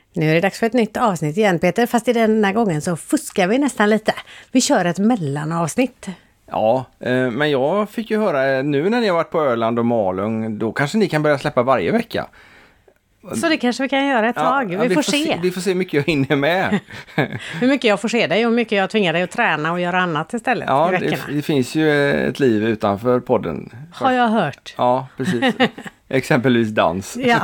Nu är det dags för ett nytt avsnitt igen, Peter. Fast i den här gången så fuskar vi nästan lite. Vi kör ett mellanavsnitt. Ja, men jag fick ju höra nu när ni har varit på Öland och Malung, då kanske ni kan börja släppa varje vecka. Så det kanske vi kan göra ett tag. Vi får se. Vi får se hur mycket jag hinner med. Hur mycket jag får se dig och hur mycket jag tvingar dig att träna och göra annat istället i veckorna. Det finns ju ett liv utanför podden. Har jag hört. Ja, precis. Exempelvis dans. Ja.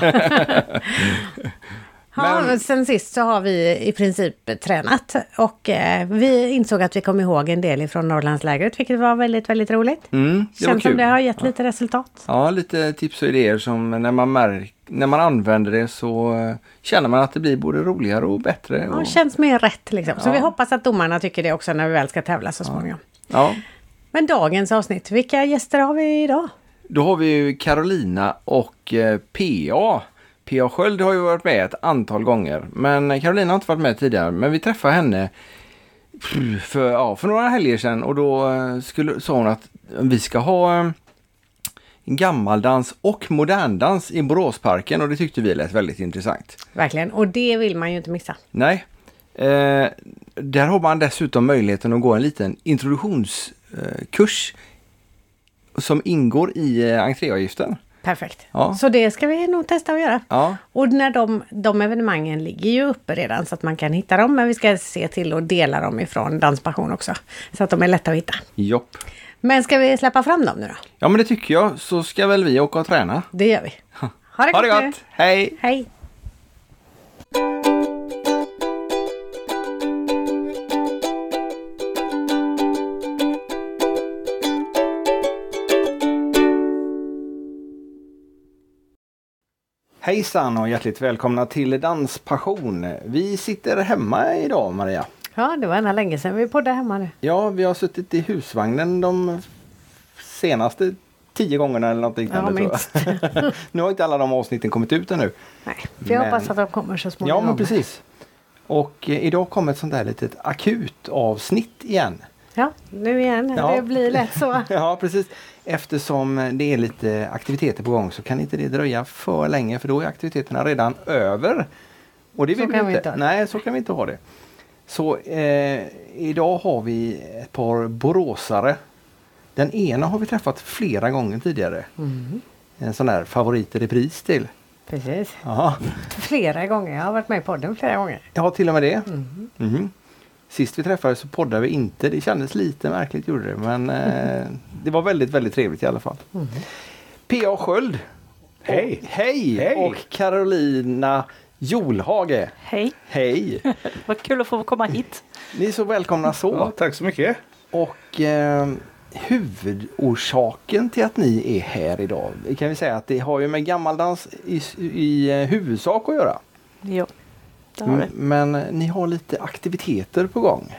Men sen sist så har vi i princip tränat och vi insåg att vi kom ihåg en del från Norrlandslägret, vilket var väldigt, väldigt roligt. Känns som det har gett lite resultat. Ja, lite tips och idéer som när man använder det så känner man att det blir både roligare och bättre. Ja, känns mer rätt liksom. Så vi hoppas att domarna tycker det också när vi väl ska tävla så småningom. Ja. Men dagens avsnitt, vilka gäster har vi idag? Då har vi ju Carolina och PA. PA Sköld har ju varit med ett antal gånger. Men Carolina har inte varit med tidigare. Men vi träffade henne för några helger sedan. Och då sa hon att vi ska ha gammaldans och moderndans i Boråsparken. Och det tyckte vi lät väldigt intressant. Verkligen, och det vill man ju inte missa. Nej. Där har man dessutom möjligheten att gå en liten introduktionskurs som ingår i entréavgiften. Perfekt. Ja. Så det ska vi nog testa att göra. Ja. Och när de evenemangen ligger ju uppe redan så att man kan hitta dem. Men vi ska se till att dela dem ifrån Danspassion också. Så att de är lätta att hitta. Jopp. Men ska vi släppa fram dem nu då? Ja, men det tycker jag. Så ska väl vi åka och träna. Det gör vi. Ha det gott nu. Hej! Hej! Hejsan och hjärtligt välkomna till Danspassion. Vi sitter hemma idag, Maria. Ja, det var ena länge sedan vi poddade hemma nu. Ja, vi har suttit i husvagnen de senaste 10 gångerna eller något liknande. Ja, minst. Nu har inte alla de avsnitten kommit ut ännu. Nej, vi hoppas att de kommer så småningom. Ja, men precis. Och idag kommer ett sånt där litet akut avsnitt igen. Ja, nu igen. Ja. Det blir lätt så. Ja, precis. Eftersom det är lite aktiviteter på gång så kan inte det dröja för länge, för då är aktiviteterna redan över. Och det så kan vi inte ha det. Nej, så kan vi inte ha det. Så idag har vi ett par boråsare. Den ena har vi träffat flera gånger tidigare. En sån där favorit i repris till. Precis. Aha. Flera gånger. Jag har varit med i podden flera gånger. Ja, till och med det. Sist vi träffades så poddade vi inte. Det kändes lite märkligt, gjorde det. Men det var väldigt, väldigt trevligt i alla fall. P.A. Sköld. Hej. Hej. Och Carolina Jolhage. Hej. Hej. Vad kul att få komma hit. Ni är så välkomna så. Ja, tack så mycket. Och huvudorsaken till att ni är här idag, kan vi säga att det har ju med gammaldans i huvudsak att göra. Jo, det har det. Men ni har lite aktiviteter på gång.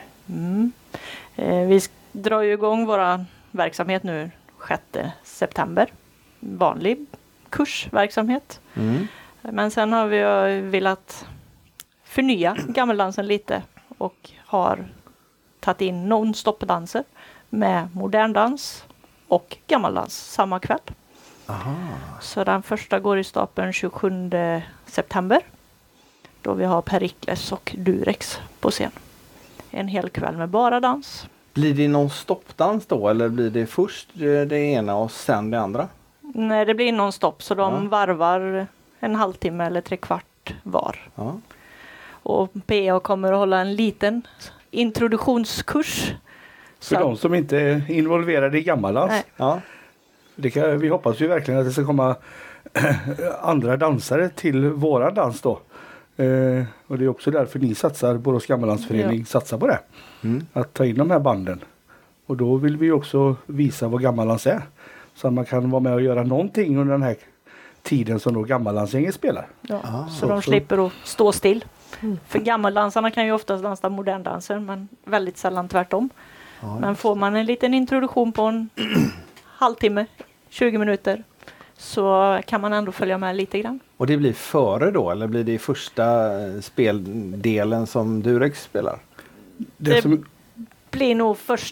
Vi drar ju igång våra verksamhet nu 6 september. Vanlig kursverksamhet. Men sen har vi velat förnya gammeldansen lite och har tagit in non-stop-danser med modern dans och gammaldans samma kväll. Aha. Så den första går i stapeln 27 september. Då vi har Perikles och Durex på scen. En hel kväll med bara dans. Blir det någon stoppdans då, eller blir det först det ena och sen det andra? Nej, det blir någon stopp, så de varvar en halvtimme eller 3/4 var. Ja. Och PA kommer att hålla en liten introduktionskurs. För de som inte är involverade i gammaldans. Nej. Ja. Vi hoppas ju verkligen att det ska komma andra dansare till våra dans då. Och det är också därför ni satsar, Borås gammaldansförening satsar på det. Att ta in de här banden. Och då vill vi också visa vad gammaldans är. Så att man kan vara med och göra någonting under den här tiden som då gammaldansgänget spelar. Ja, så de slipper att stå still. För gammaldansarna kan ju oftast dansa moderndanser, men väldigt sällan tvärtom. Ja, men får man en liten introduktion på en halvtimme, 20 minuter, så kan man ändå följa med lite grann. Och det blir före då, eller blir det i första speldelen som Durex spelar? Det blir nog första.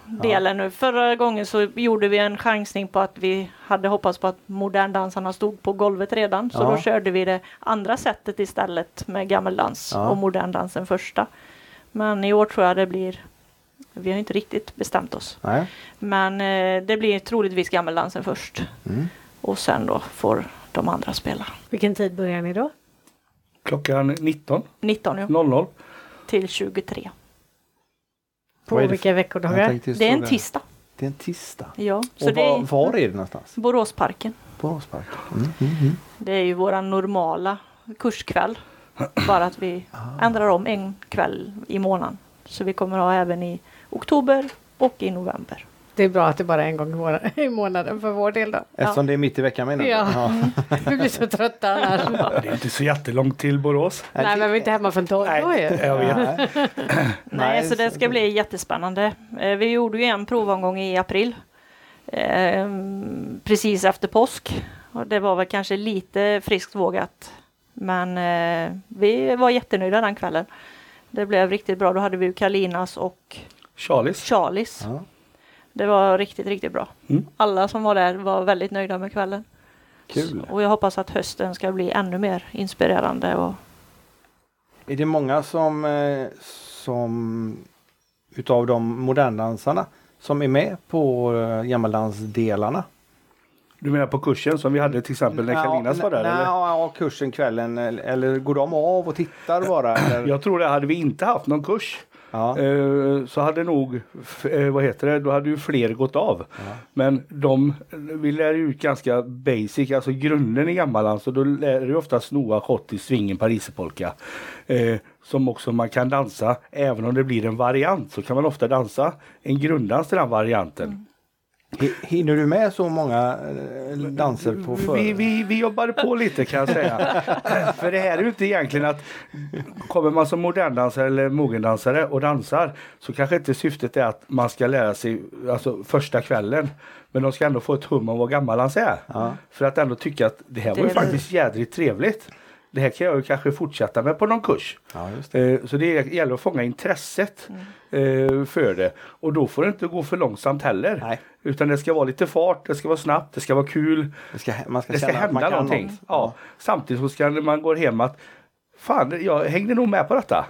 delen nu. Förra gången så gjorde vi en chansning på att vi hade hoppats på att moderndansarna stod på golvet redan. Så då körde vi det andra sättet istället med gammeldans och moderndansen första. Men i år tror jag det blir, vi har inte riktigt bestämt oss. Nej. Men det blir troligtvis gammeldansen först. Och sen då får de andra spela. Vilken tid börjar ni då? Klockan 19. 19 ja. 00. Till 23. På vilka veckodagar? Det är en tisdag. Det är en tisdag. Ja. Så och var är det någonstans? Boråsparken. Boråsparken. Det är ju våran normala kurskväll. Bara att vi ändrar om en kväll i månaden. Så vi kommer ha även i oktober och i november. Det är bra att det bara är en gång i månaden för vår del då. Eftersom det är mitt i veckan menar du? Ja. Vi blir så trötta annars. Det är inte så jättelångt till Borås. Nej, men vi är inte hemma från 12 då ju. Nej, så det ska bli jättespännande. Vi gjorde ju en provomgång i april. Precis efter påsk. Och det var väl kanske lite friskt vågat. Men vi var jättenöjda den kvällen. Det blev riktigt bra. Då hade vi ju Kalinas och Charlies. Ja. Det var riktigt, riktigt bra. Alla som var där var väldigt nöjda med kvällen. Kul. Och jag hoppas att hösten ska bli ännu mer inspirerande. Och... Är det många som utav de moderndansarna som är med på gammeldansdelarna? Du menar på kursen som vi hade till exempel när Kalinas var där? Eller? Ja, kursen kvällen. Eller går de av och tittar bara? Eller? Jag tror det hade vi inte haft någon kurs. Ja. Så hade nog, då hade ju fler gått av. Ja. Men vi lär ut ganska basic, alltså grunden i gammaldans. Och då lär du ofta snoa, schottis, svingen, pariserpolka. Som också man kan dansa, även om det blir en variant så kan man ofta dansa en grunddans till den varianten. Hinner du med så många danser på vi jobbade på lite kan jag säga. För det här är ju inte egentligen att kommer man som moderndansare eller mogendansare och dansar så kanske inte syftet är att man ska lära sig alltså första kvällen. Men de ska ändå få ett hum om vad gammaldans är. Ja. För att ändå tycka att det här var ju faktiskt jädrigt trevligt. Det här kan jag ju kanske fortsätta med på någon kurs. Ja, just det. Så det gäller att fånga intresset för det. Och då får det inte gå för långsamt heller. Nej. Utan det ska vara lite fart, det ska vara snabbt, det ska vara kul. Det ska hända någonting. Ja. Samtidigt så ska man gå hem att fan, jag hängde nog med på detta.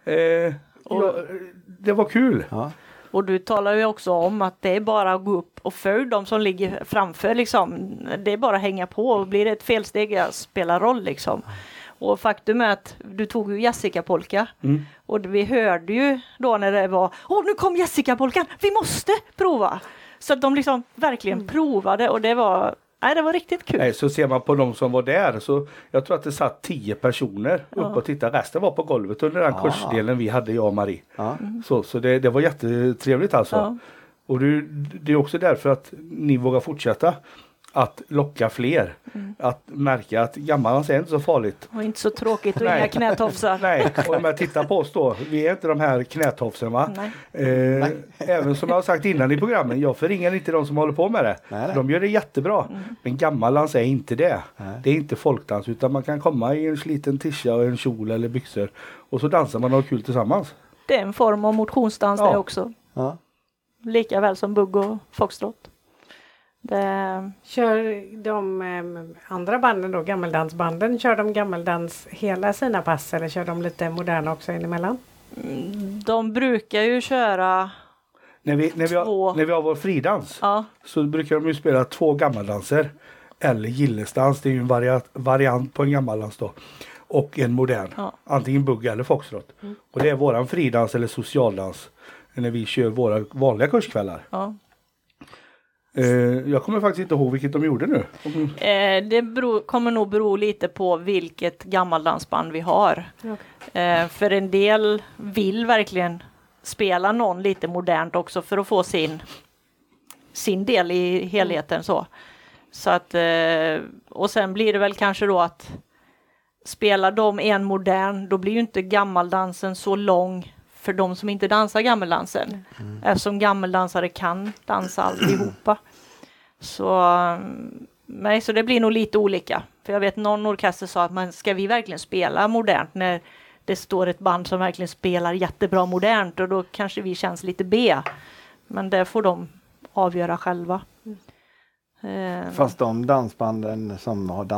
Det var kul. Ja. Och du talar ju också om att det är bara att gå upp och följa de som ligger framför liksom. Det är bara att hänga på och blir det ett felsteg spelar roll liksom. Och faktum är att du tog ju Jessica-polka och vi hörde ju då när det var nu kom Jessica-polkan, vi måste prova. Så att de liksom verkligen provade och det var riktigt kul. Nej, så ser man på de som var där så jag tror att det satt 10 personer upp och tittade. Resten var på golvet under den kursdelen vi hade, jag och Marie. Så det var jättetrevligt alltså. Ja. Och det är också därför att ni vågar fortsätta att locka fler. Att märka att gammaldans är inte så farligt. Och inte så tråkigt och inga knätofsar. Nej, och om jag tittar på oss då, vi är inte de här knätofsen va? Även som jag har sagt innan i programmen, jag förringar inte de som håller på med det. Nej. De gör det jättebra. Men gammaldans är inte det. Nej. Det är inte folkdans utan man kan komma i en sliten tisha och en kjol eller byxor. Och så dansar man och har kul tillsammans. Det är en form av motionsdans det också. Ja. Lika väl som bugg och foxtrot. Kör de andra banden då, gammeldansbanden, kör de gammeldans hela sina pass eller kör de lite moderna också inemellan? De brukar ju köra när vi har vår fridans så brukar de ju spela 2 gammeldanser eller gillesdans, det är ju en variant på en gammaldans då. Och en modern, antingen bugg eller foxtrot. Och det är våran fridans eller socialdans när vi kör våra vanliga kurskvällar. Ja. Jag kommer faktiskt inte ihåg vilket de gjorde nu. Det kommer nog bero lite på vilket gammaldansband vi har. Okay. För en del vill verkligen spela någon lite modernt också för att få sin del i helheten. Så att, och sen blir det väl kanske då att spelar de en modern, då blir ju inte gammaldansen så lång för de som inte dansar gammeldansen. Eftersom gammeldansare kan dansa alltihopa. Så det blir nog lite olika. För jag vet någon orkester sa att ska vi verkligen spela modernt när det står ett band som verkligen spelar jättebra modernt och då kanske vi känns lite B. Men det får de avgöra själva. Fast de dansbanden som har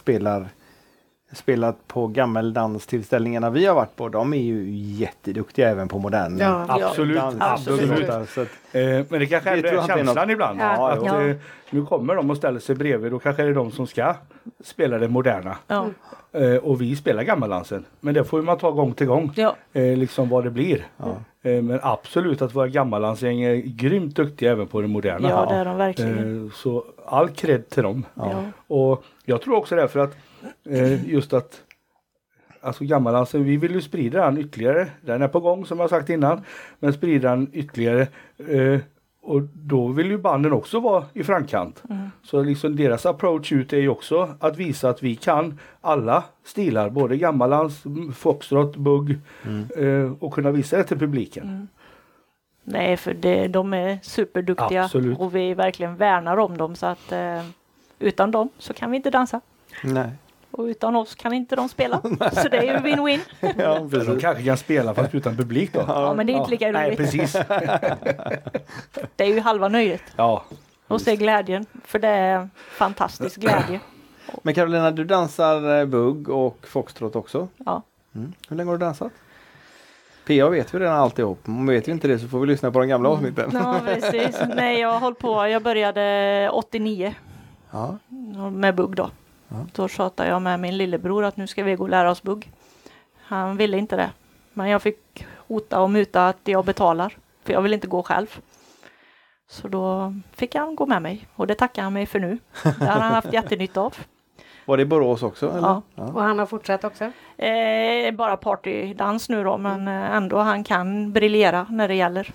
spelat på gammeldanstillställningarna vi har varit på, de är ju jätteduktiga även på modern. Ja, absolut. Så att, men det kanske är känslan ibland. Ja, att nu kommer de och ställer sig bredvid, då kanske det är de som ska spela det moderna. Ja. Och vi spelar gammeldansen. Men det får man ta gång till gång. Ja. Liksom vad det blir. Ja. Men absolut att våra gammeldansgäng är grymt duktiga även på det moderna. Ja, det är de verkligen. Så all cred till dem. Ja. Och jag tror också därför att just att alltså gammeldansen, vi vill ju sprida den ytterligare. Den är på gång som jag sagt innan. Men sprida den ytterligare. Och då vill ju banden också vara i framkant. Så liksom deras approach ut är ju också att visa att vi kan alla stilar. Både gammaldans, foxtrot, bugg. Och kunna visa det till publiken. Nej, för de är superduktiga. Absolut. Och vi verkligen värnar om dem. Så att utan dem så kan vi inte dansa. Nej. Och utan oss kan inte de spela. Så det är ju win-win. Ja, de kanske kan spela fast utan publik då. Ja, men det är inte lika roligt. Nej, precis. Det är ju halva nöjet. Ja. Och se glädjen. För det är fantastisk glädje. Men Carolina, du dansar bugg och foxtrot också? Ja. Hur länge har du dansat? PA vet vi redan alltihop. Om vi vet inte det så får vi lyssna på de gamla avsnitten. Ja, precis. Nej, jag har hållit på. Jag började 89. Ja. Med bugg då. Ja. Då tjatade jag med min lillebror att nu ska vi gå och lära oss bugg. Han ville inte det. Men jag fick hota och muta att jag betalar. För jag vill inte gå själv. Så då fick han gå med mig. Och det tackar han mig för nu. Det har han haft jättenytta av. Var det i Borås också? Eller? Ja. Och han har fortsatt också? Bara partydans nu då. Men ändå han kan briljera när det gäller.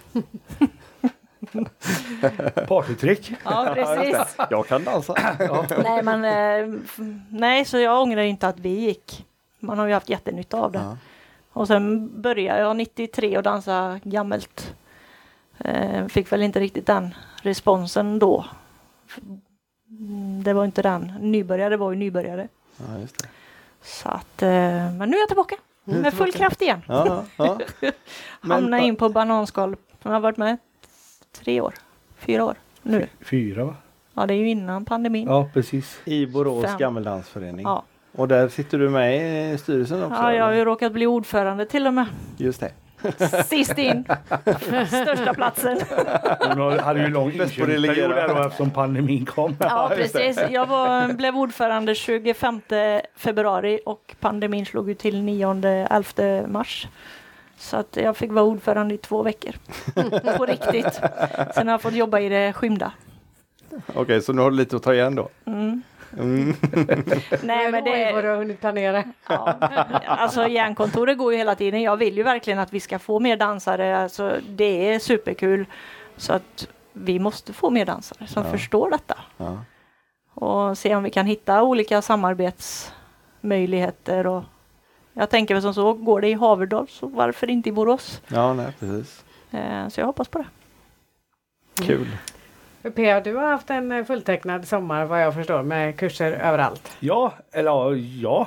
Partytrick. Ja, precis. Jag kan dansa. Ja. Nej, men nej, så jag ångrar inte att vi gick. Man har ju haft jättenytta av det. Ja. Och sen började jag 93 och dansa gammalt. Fick väl inte riktigt den responsen då. Det var inte den. Nybörjare var ju nybörjare. Ja, just det. Så att, men nu är jag tillbaka. Med full kraft igen. Ja, ja. Hamna in på bananskal. Jag har varit med 4 år nu. 4 va? Ja, det är ju innan pandemin. Ja, precis. I Borås gammeldansförening. Ja. Och där sitter du med i styrelsen också? Ja, jag har ju råkat bli ordförande till och med. Just det. Sist in. Största platsen. Hon hade ju lång inkörningsperiod där då eftersom pandemin kom. Ja, precis. Jag blev ordförande 25 februari och pandemin slog ju till 9-11 mars. Så att jag fick vara ordförande i 2 veckor. På riktigt. Sen har jag fått jobba i det skymda. Okej, så nu har du lite att ta igen då? Nej, men det är vad du har hunnit planera. Ja, alltså järnkontoret går ju hela tiden. Jag vill ju verkligen att vi ska få mer dansare. Alltså, det är superkul. Så att vi måste få mer dansare som förstår detta. Ja. Och se om vi kan hitta olika samarbetsmöjligheter. Och jag tänker väl som så, går det i Haverdal så varför inte i Borås? Ja, nej, precis. Så jag hoppas på det. Kul. P.A., du har haft en fulltecknad sommar vad jag förstår med kurser överallt. Ja, eller ja.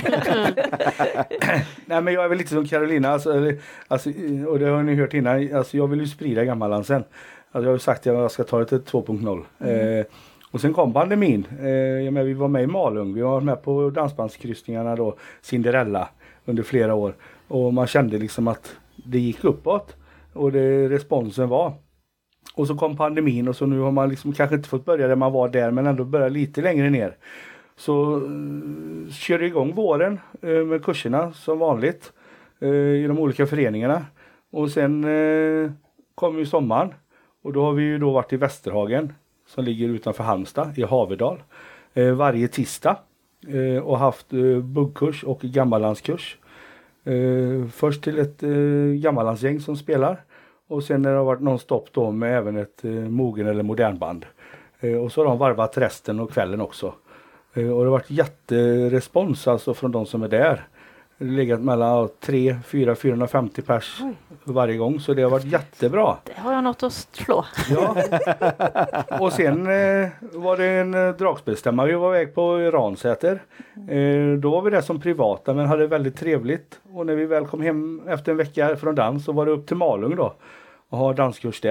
Nej, men jag är väl lite som Carolina. Alltså, och det har ni hört innan. Alltså, jag vill ju sprida gammaldansen. Alltså, jag har ju sagt att jag ska ta det till 2.0. Och sen kom pandemin. Vi var med i Malung. Vi var med på dansbandskryssningarna då. Cinderella under flera år. Och man kände liksom att det gick uppåt. Och responsen var. Och så kom pandemin och så nu har man liksom kanske inte fått börja där man var där men ändå börja lite längre ner. Så kör igång våren med kurserna som vanligt i de olika föreningarna. Och sen kommer ju sommaren och då har vi ju då varit i Västerhagen som ligger utanför Halmstad i Haverdal varje tisdag och haft buggkurs och gammallandskurs. Först till ett gammallandsgäng som spelar. Och sen har det varit någon stopp då med även ett mogen eller modernband. Och så har de varvat resten och kvällen också. Och det har varit jätterespons alltså från de som är där. Det har legat mellan 450 pers varje gång. Så det har varit jättebra. Det har jag något att slå. Ja. Och sen var det en dragspelstämma. Vi var väg på Ransäter. Då var vi där som privata men hade väldigt trevligt. Och när vi väl kom hem efter en vecka från dans så var det upp till Malung då. Och ha danskurs där.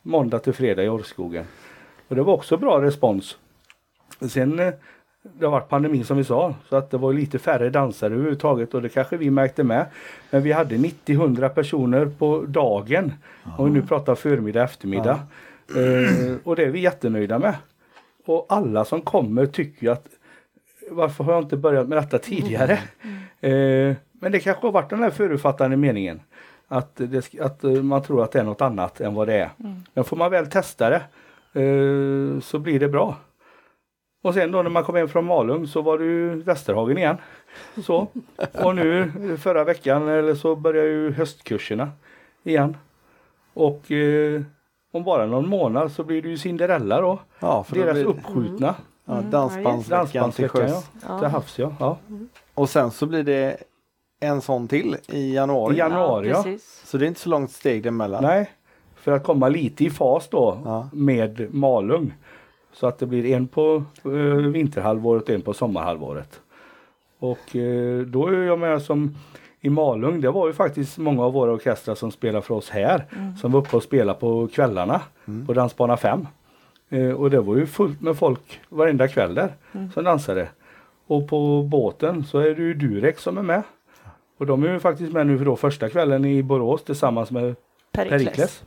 måndag till fredag i Orrskogen. Och det var också bra respons. Sen det har varit pandemi som vi sa, så att det var lite färre dansare överhuvudtaget och det kanske vi märkte med. Men vi hade 90-100 personer på dagen. Och nu pratar förmiddag, eftermiddag. Och det är vi jättenöjda med. Och alla som kommer tycker att varför har jag inte börjat med detta tidigare? Men det kanske har varit den här förutfattande meningen. Att man tror att det är något annat än vad det är. Men får man väl testa det så blir det bra. Och sen då när man kom hem från Malung så var det ju Västerhagen igen. Så. Och nu förra veckan eller så börjar ju höstkurserna igen. Och om bara någon månad så blir det ju Cinderella då. Ja, för deras uppskjutna. Ja, dansbandsveckan till sjöss. Ja. Till havs, ja. Och sen så blir det en sån till i januari. I januari, ja. Så det är inte så långt steg däremellan. Nej, för att komma lite i fas då med Malung. Så att det blir en på vinterhalvåret och en på sommarhalvåret. Och då är jag med som i Malung. Det var ju faktiskt många av våra orkestrar som spelar för oss här. Som var uppe och spelade på kvällarna på Dansbana 5. Och det var ju fullt med folk varenda kväll där som dansade. Och på båten så är det ju Durex som är med. Och de är ju faktiskt med nu för då första kvällen i Borås tillsammans med Perikles.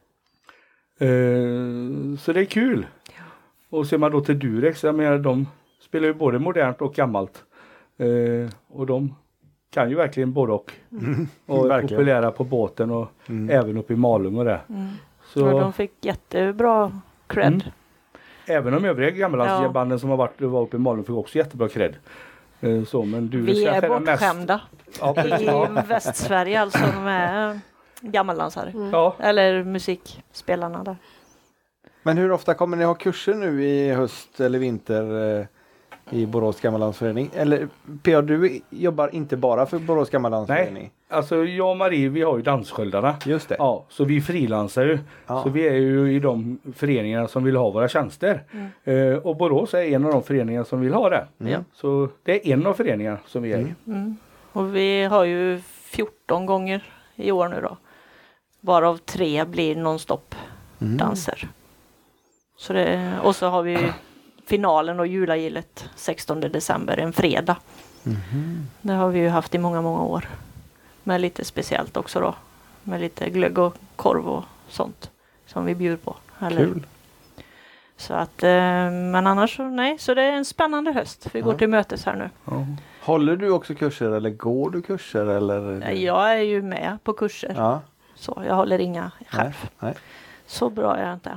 Så det är kul. Och ser man då till Durex, jag menar de spelar ju både modernt och gammalt. Och de kan ju verkligen både och. Och är populära på båten och även uppe i Malung och det. Så och de fick jättebra cred. Även de övriga gammallandsbanden som var uppe i Malung fick också jättebra cred. Så, men Durex vi är bortskämda i Västsverige alltså med gammaldansare. Eller musikspelarna där. Men hur ofta kommer ni ha kurser nu i höst eller vinter i Borås gammaldansförening? Eller P.A. du jobbar inte bara för Borås gammaldansförening? Nej, alltså jag och Marie vi har ju danssköldarna. Just det. Ja, så vi frilansar ju. Så vi är ju i de föreningarna som vill ha våra tjänster. Och Borås är en av de föreningar som vill ha det. Så det är en av föreningarna som vi är i. Och vi har ju 14 gånger i år nu då. Varav 3 blir nonstop danser. Så det, och så har vi finalen och julagillet 16 december, en fredag. Det har vi ju haft i många, många år. Men lite speciellt också då. Med lite glögg och korv och sånt som vi bjuder på. Eller? Kul. Så att, men annars så nej. Så det är en spännande höst. Vi går till mötes här nu. Håller du också kurser eller går du kurser? Eller? Jag är ju med på kurser. Så jag håller inga själv. Nej. Så bra är jag inte än.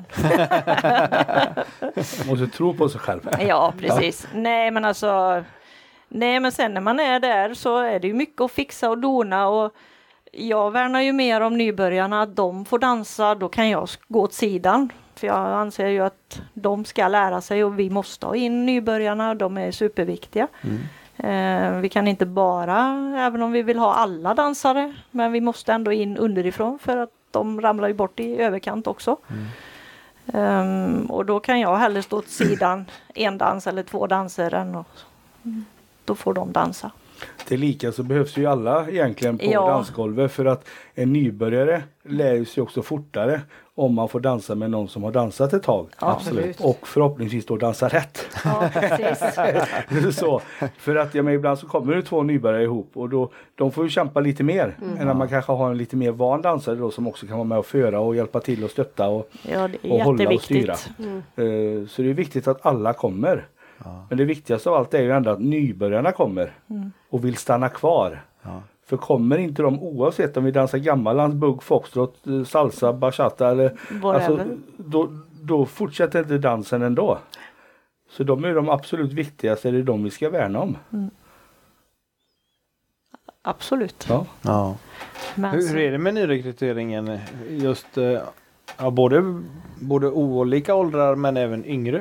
Måste tro på sig själv. Ja, precis. Nej, men sen när man är där så är det ju mycket att fixa och dona. Och jag värnar ju mer om nybörjarna. Att de får dansa, då kan jag gå åt sidan. För jag anser ju att de ska lära sig och vi måste ha in nybörjarna. De är superviktiga. Vi kan inte bara, även om vi vill ha alla dansare. Men vi måste ändå in underifrån för att de ramlar ju bort i överkant också. Och då kan jag hellre stå åt sidan en dans eller 2 danser än då får de dansa. Till lika så behövs ju alla egentligen på dansgolvet för att en nybörjare lär sig också fortare om man får dansa med någon som har dansat ett tag. Absolut. Och förhoppningsvis då dansa rätt. Ja, precis. Så, för att ibland så kommer det 2 nybörjare ihop och då de får ju kämpa lite mer än när man kanske har en lite mer van dansare då som också kan vara med och föra och hjälpa till och stötta och hålla och styra. Så det är viktigt att alla kommer. Men det viktigaste av allt är ju ändå att nybörjarna kommer och vill stanna kvar. För kommer inte de oavsett om vi dansar gammallands, bugg, foxtrot, salsa, bachata eller alltså, då fortsätter inte dansen ändå. Så de är de absolut viktigaste, det är de vi ska värna om. Absolut. Ja. Hur är det med nyrekryteringen? Just både olika åldrar men även yngre?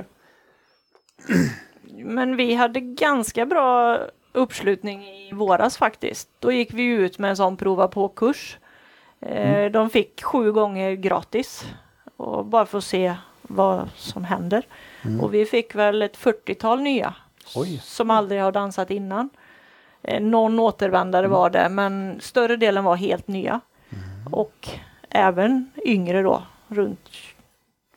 Men vi hade ganska bra uppslutning i våras faktiskt. Då gick vi ut med en sån prova på kurs. De fick 7 gånger gratis. Och bara för att se vad som händer. Och vi fick väl ett 40-tal nya. Som aldrig har dansat innan. Någon återvändare var det. Men större delen var helt nya. Och även yngre då. Runt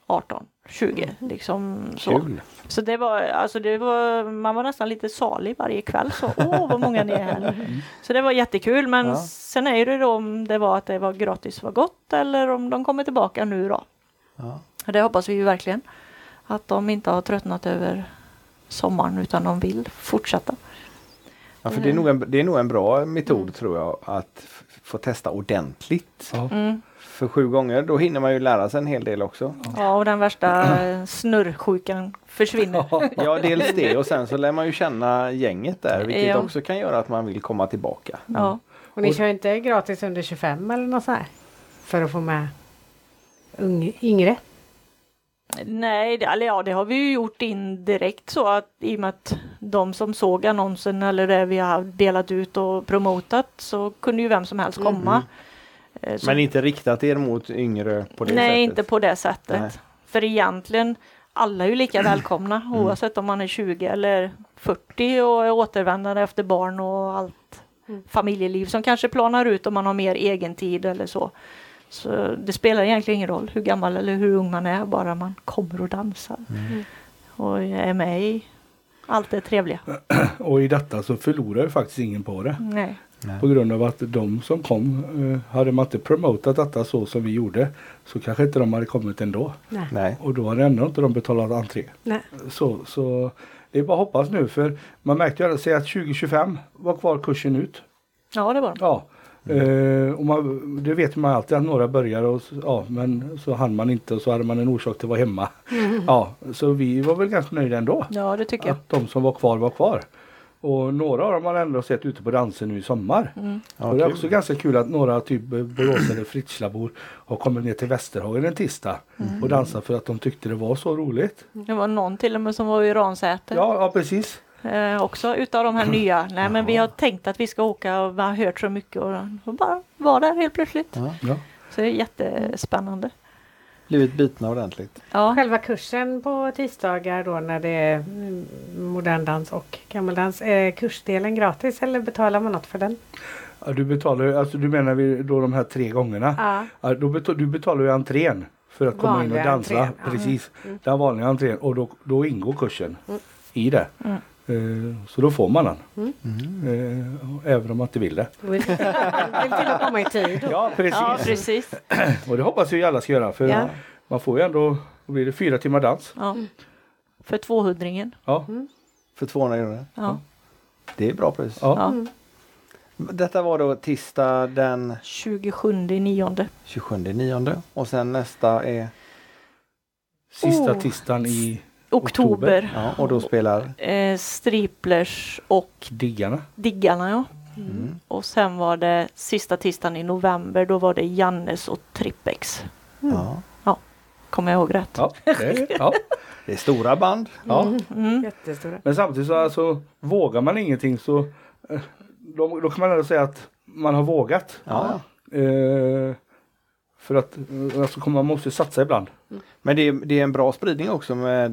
18, 20 liksom så. Kul. Så det var, man var nästan lite salig varje kväll så, vad många ni är här. Så det var jättekul, men sen är det då om det var att det var gratis var gott eller om de kommer tillbaka nu då. Ja. Det hoppas vi ju verkligen. Att de inte har tröttnat över sommaren utan de vill fortsätta. Ja, för det är nog en bra metod tror jag att få testa ordentligt. Ja. För 7 gånger, då hinner man ju lära sig en hel del också. Ja, och den värsta snurrsjukan försvinner. Ja, dels det och sen så lär man ju känna gänget där, vilket också kan göra att man vill komma tillbaka. Ja. Och ni kör inte gratis under 25 eller något så här? För att få med yngre? Nej, det har vi ju gjort indirekt så att i och med att de som såg annonsen eller det vi har delat ut och promotat så kunde ju vem som helst komma. Men inte riktat er mot yngre på det sättet? Nej, inte på det sättet. Nej. För egentligen, alla är ju lika välkomna oavsett om man är 20 eller 40 och är återvändande efter barn och allt familjeliv som kanske planar ut om man har mer egen tid eller så. Så det spelar egentligen ingen roll hur gammal eller hur ung man är, bara man kommer och dansar. Och är med i allt det trevliga. Och i detta så förlorar ju faktiskt ingen på det. Nej. På grund av att de som kom, hade man inte promotat detta så som vi gjorde, så kanske inte de hade kommit ändå. Nej. Och då hade ändå inte de betalat entré. Nej. Så det är bara att hoppas nu, för man märkte ju att 2025 var kvar kursen ut. Ja, det var det. Ja. Och det vet man alltid att några börjar och men så hann man inte och så hade man en orsak till att vara hemma. Ja, så vi var väl ganska nöjda ändå. Ja, det tycker jag. Att de som var kvar. Och några av dem har ändå sett ute på dansen nu i sommar. Och det är också ganska kul att några typ Borås eller Fritslabor har kommit ner till Västerhagen en tisdag och dansat för att de tyckte det var så roligt. Det var någon till och med som var i Ransäter. Ja, precis. Också utav de här nya. Nej, men vi har tänkt att vi ska åka och vi har hört så mycket och bara var där helt plötsligt. Ja. Så det är jättespännande. Blivit bitna ordentligt. Ja. Själva kursen på tisdagar då när det är modern dans och gammaldans, är kursdelen gratis eller betalar man något för den? Ja, du betalar, alltså du menar vi då de här 3 gångerna? Ja. Då du betalar ju entrén för att komma in och dansa. Entrén, ja. Precis. Den vanliga entrén och då ingår kursen i det. Så då får man den. Även om man inte vill det. Vill till att komma i tid. Ja, precis. Ja, precis. Och det hoppas vi alla ska göra. För man får ju ändå, då blir det 4 timmar dans. Ja. För 200-ringen. Ja. För 200 kronor. Ja. Det är bra pris. Ja. Detta var då tisdag den 27/9. 27/9 och sen nästa är Sista tisdagen i Oktober. ja, och då spelar Striplers och Diggarna. ja. Och sen var det sista tisdagen i november, då var det Jannes och Trippex. Ja. Kommer jag ihåg rätt? Ja, Det är stora band. Ja. Jättestora. Men samtidigt så alltså, vågar man ingenting så då kan man ändå säga att man har vågat. Ja. För att alltså, man måste satsa ibland. Men det är en bra spridning också med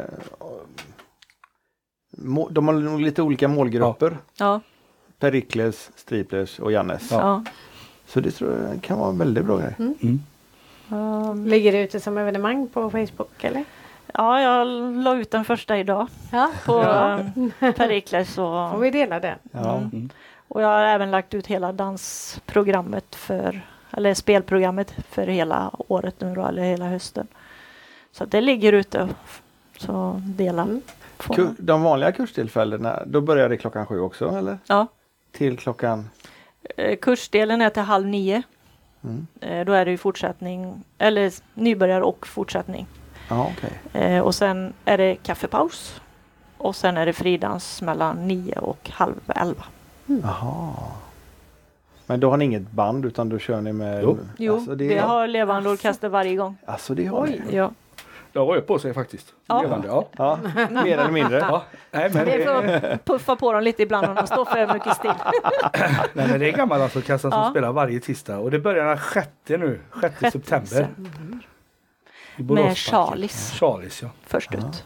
de har nog lite olika målgrupper. Ja. Perikles, Striplers och Jannes. Ja. Så det tror jag kan vara en väldigt bra grej. Ligger det ute som evenemang på Facebook eller? Ja, jag la ut den första idag på Perikles. Får vi dela den? Ja. Och jag har även lagt ut hela dansprogrammet eller spelprogrammet för hela året nu då, eller hela hösten. Så det ligger ute, så dela. De vanliga kurstillfällena, då börjar det 7:00 också, eller? Ja. Till klockan? Kursdelen är till 8:30. Då är det ju fortsättning, eller nybörjare och fortsättning. Ja, okej. Och sen är det kaffepaus. Och sen är det fridans mellan 9 och 10:30. Jaha. Men då har ni inget band utan då kör ni med... Jo, alltså, vi har levande orkester varje gång. Alltså det har ni? Ja. Det var ju på sig faktiskt. Ja. Levande, Ja, mer eller mindre. Ja. Nej, men Det är för att puffa på dem lite ibland om de står för mycket still. Nej, men det är gammal alltså kassan som spelar varje tisdag. Och det börjar den 6 september. I Med Charlies. Charlies, ja. Först ut.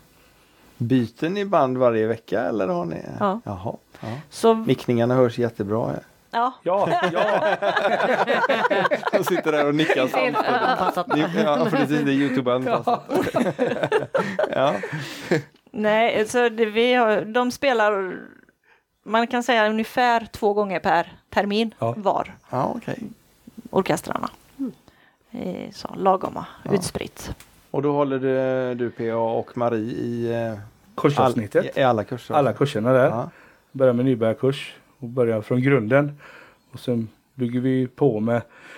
Byter ni band varje vecka eller har ni? Ja. Jaha. Ja. Så Mickningarna hörs jättebra. Ja. Ja. Jag sitter där och nickar samtidigt. Ja, precis. Det är YouTube-anpassat. Ja. Nej, så de spelar, man kan säga ungefär 2 gånger per termin var. Ja, okej. Orkestrarna. Så lagoma, utspritt. Och då håller du PA och Marie i kursavsnittet. I alla kurser. Alla kurserna där. Ja. Börjar med nybörjarkurs och börjar från grunden. Och sen bygger vi på med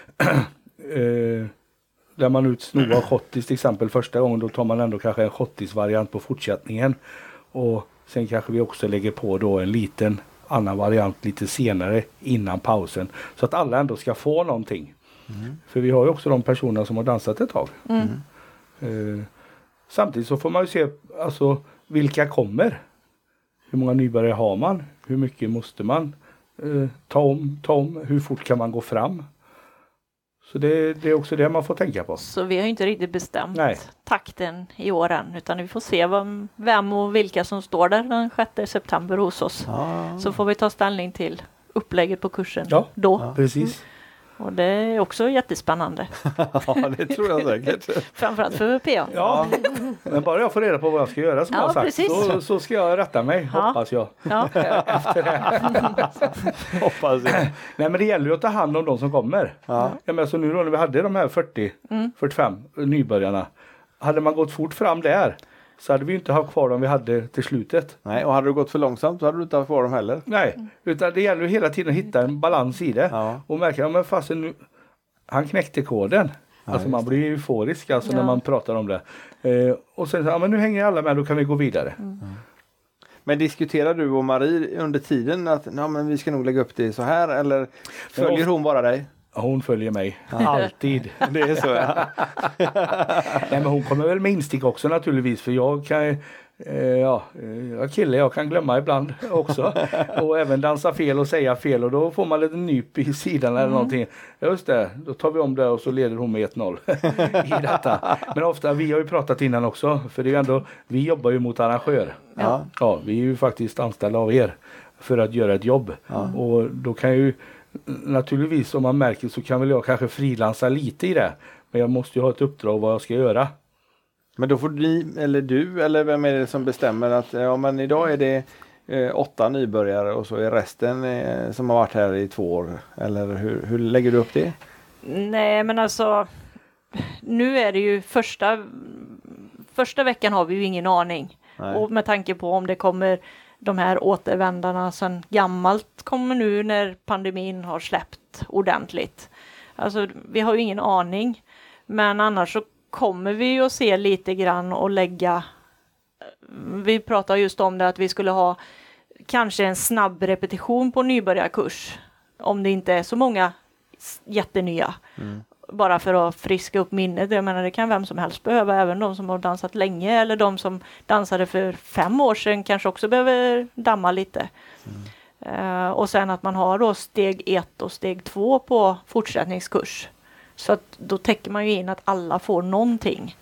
där man ut snova schottis till exempel första gången. Då tar man ändå kanske en schottis-variant på fortsättningen. Och sen kanske vi också lägger på då en liten annan variant lite senare innan pausen. Så att alla ändå ska få någonting. För vi har ju också de personerna som har dansat ett tag. Samtidigt så får man ju se alltså, vilka kommer. Hur många nybörjare har man? Hur mycket måste man ta om? Hur fort kan man gå fram? Så det är också det man får tänka på. Så vi har ju inte riktigt bestämt takten i år än, utan vi får se vem och vilka som står där den 6 september hos oss. Så får vi ta ställning till upplägget på kursen då. Ja, precis. Och det är också jättespännande. Ja, det tror jag säkert. Framförallt för PA. Ja, men bara jag får reda på vad jag ska göra som jag har sagt. Så ska jag rätta mig, hoppas jag. Ja. Efter det. Hoppas jag. Nej, men det gäller ju att ta hand om de som kommer. Ja. Men så nu då när vi hade de här 45 nybörjarna. Hade man gått fort fram där så hade vi inte haft kvar dem vi hade till slutet. Nej, och hade du gått för långsamt så hade du inte haft kvar dem heller. Nej, utan det gäller ju hela tiden att hitta en balans i det. Ja. Och märka, men fasen nu, han knäckte koden. Ja, alltså man blir euforisk alltså när man pratar om det. Och sen men nu hänger alla med, då kan vi gå vidare. Men diskuterar du och Marie under tiden att men vi ska nog lägga upp det så här, eller följer hon bara dig? Hon följer mig. Alltid. Det är så, ja. Nej, men hon kommer väl med instick också naturligtvis. För jag kan jag kan glömma ibland också. Och även dansa fel och säga fel. Och då får man lite nyp i sidan eller någonting. Just det, då tar vi om det och så leder hon med 1-0 i detta. Men ofta, vi har ju pratat innan också. För det är ju ändå, vi jobbar ju mot arrangör. Ja, vi är ju faktiskt anställda av er för att göra ett jobb. Och då kan ju naturligtvis om man märker så kan väl jag kanske frilansa lite i det. Men jag måste ju ha ett uppdrag vad jag ska göra. Men då får du eller vem är det som bestämmer att men idag är det 8 nybörjare och så är resten som har varit här i 2 år. Eller hur lägger du upp det? Nej, men alltså nu är det ju första veckan har vi ju ingen aning. Nej. Och med tanke på om det kommer de här återvändarna sen gammalt kommer nu när pandemin har släppt ordentligt. Alltså vi har ju ingen aning. Men annars så kommer vi ju att se lite grann och lägga. Vi pratar just om det att vi skulle ha kanske en snabb repetition på nybörjarkurs. Om det inte är så många jättenya. Bara för att friska upp minnet. Jag menar det kan vem som helst behöva. Även de som har dansat länge. Eller de som dansade för 5 år sedan kanske också behöver damma lite. Och sen att man har då steg 1 och steg 2 på fortsättningskurs. Så att då täcker man ju in att alla får någonting.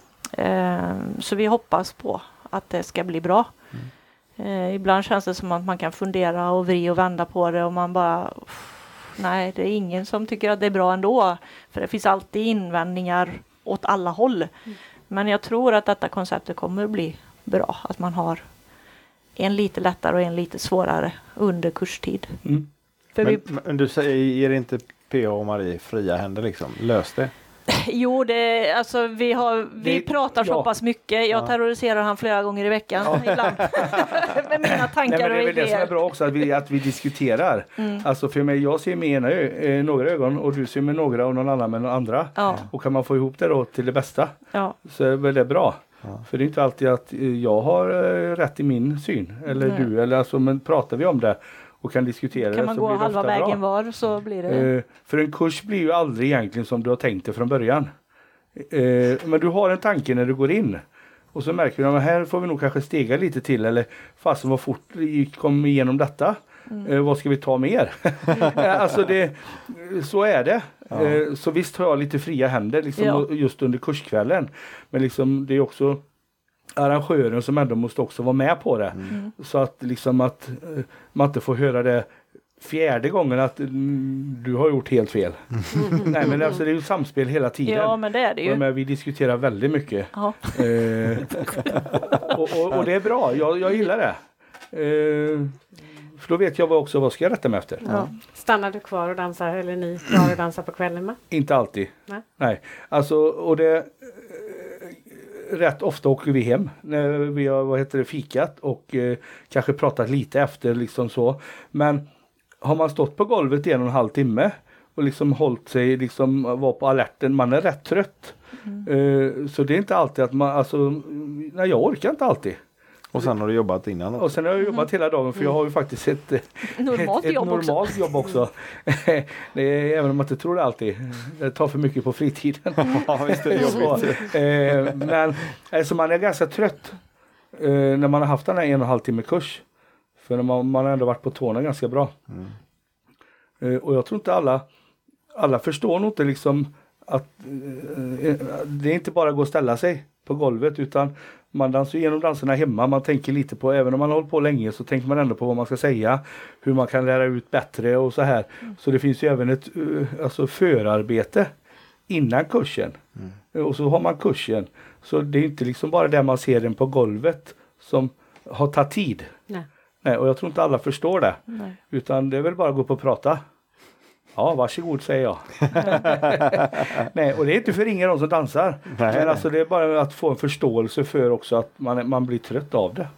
Så vi hoppas på att det ska bli bra. Ibland känns det som att man kan fundera och vrida och vända på det. Och man bara, nej det är ingen som tycker att det är bra ändå. För det finns alltid invändningar åt alla håll. Men jag tror att detta konceptet kommer att bli bra. Att man har en lite lättare och en lite svårare under kurstid. Men du ger inte PA och Marie fria händer liksom? Lös det? Jo, alltså vi pratar så pass mycket. Jag terroriserar han flera gånger i veckan ibland. Med mina tankar och idéer. Det är det som är bra också att vi diskuterar. Alltså för mig, jag ser med några ögon och du ser med några och någon annan med några andra. Och kan man få ihop det då till det bästa så är väl det bra. För det är inte alltid att jag har rätt i min syn. Eller du. Eller alltså, men pratar vi om det och kan diskutera det så blir det ofta bra. Kan man gå halva vägen var så blir det. För en kurs blir ju aldrig egentligen som du har tänkt det från början. Men du har en tanke när du går in. Och så märker du att här får vi nog kanske stega lite till. Eller fast vad fort kom igenom detta. Vad ska vi ta mer? Alltså så är det. Så visst har jag lite fria händer liksom, just under kurskvällen. Men liksom, det är också arrangören som ändå måste också vara med på det. Så att liksom att man inte får höra det 4:e gången att du har gjort helt fel. Nej, men alltså det är ju samspel hela tiden. Ja, men det är det ju. Men vi diskuterar väldigt mycket. Ja. Och det är bra. Jag gillar det. För då vet jag också vad ska jag rätta mig efter. Ja. Stannar du kvar och dansar eller ni kvar och dansar på kvällen med? Inte alltid. Nej. Alltså, och det rätt ofta åker vi hem när vi har fikat och kanske pratat lite efter liksom så. Men har man stått på golvet 1,5 timme och liksom hållit sig, liksom var på alerten, man är rätt trött. Så det är inte alltid att man, alltså, nej, jag orkar inte alltid. Och sen har du jobbat innan också. Och sen har jag jobbat hela dagen, för jag har ju faktiskt ett normalt jobb också. Det är, även om man inte tror det alltid. Det tar för mycket på fritiden. Ja, visst är det jobbigt. Men alltså, man är ganska trött när man har haft den här 1,5 timme kurs. För man har ändå varit på tårna ganska bra. Och jag tror inte alla förstår nog inte liksom att det är inte bara att gå och ställa sig på golvet, utan man dansar igenom danserna hemma. Man tänker lite på, även om man har hållit på länge, så tänker man ändå på vad man ska säga, hur man kan lära ut bättre och så här. Så det finns ju även ett förarbete innan kursen. Och så har man kursen. Så det är inte liksom bara det man ser den på golvet som har tagit tid. Nej, och jag tror inte alla förstår det. Nej. Utan det är väl bara att gå upp och prata. Ja, varsågod, säger jag. Nej, och det är inte för ingen de som dansar. Nej. Men alltså det är bara att få en förståelse för också att man blir trött av det.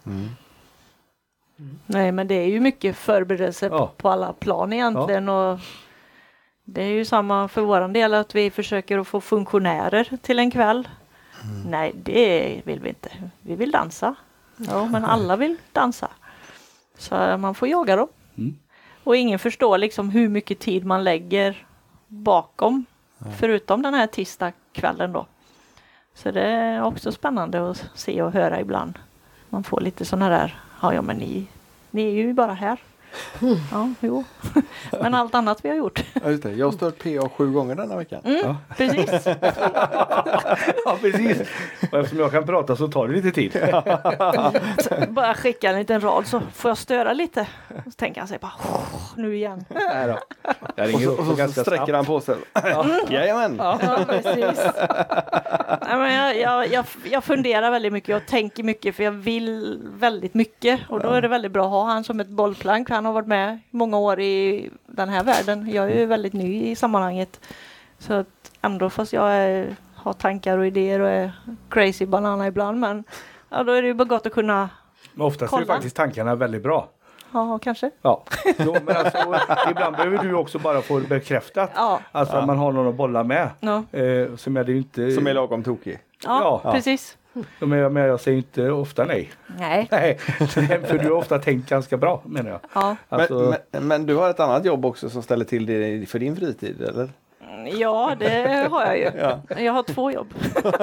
Nej, men det är ju mycket förberedelse på alla plan egentligen. Och det är ju samma för våran del, att vi försöker att få funktionärer till en kväll. Nej, det vill vi inte. Vi vill dansa. Ja, men alla vill dansa. Så man får jaga dem. Och ingen förstår liksom hur mycket tid man lägger bakom. Förutom den här tisdagskvällen då. Så det är också spännande att se och höra ibland. Man får lite sådana där, ja men ni är ju bara här. Ja, jo. Men allt annat vi har gjort. Ja, just det. Jag har stört PA 7 gånger denna veckan. Precis. Ja, precis. Och eftersom jag kan prata så tar det lite tid. Bara skicka en liten rad så får jag störa lite. Så tänker han sig bara, nu igen. Nej då. Och så sträcker han på sig. Jajamän. Ja, precis. Nej, men jag funderar väldigt mycket. Jag tänker mycket, för jag vill väldigt mycket. Och då är det väldigt bra att ha han som ett bollplank. Han har varit med många år i den här världen. Jag är ju väldigt ny i sammanhanget. Så att ändå, fast jag har tankar och idéer och är crazy banana ibland. Men då är det ju bara gott att kunna Men oftast är faktiskt tankarna väldigt bra. Ja, kanske. Ja, jo, men alltså, ibland behöver du också bara få det bekräftat. Alltså att man har någon att bolla med. Som är lagom tokig. Ja, precis. Men jag säger inte ofta nej. Nej. För du har ofta tänkt ganska bra, menar jag. Ja. Alltså, men du har ett annat jobb också som ställer till det för din fritid, eller? Ja, det har jag ju. Ja. Jag har 2 jobb.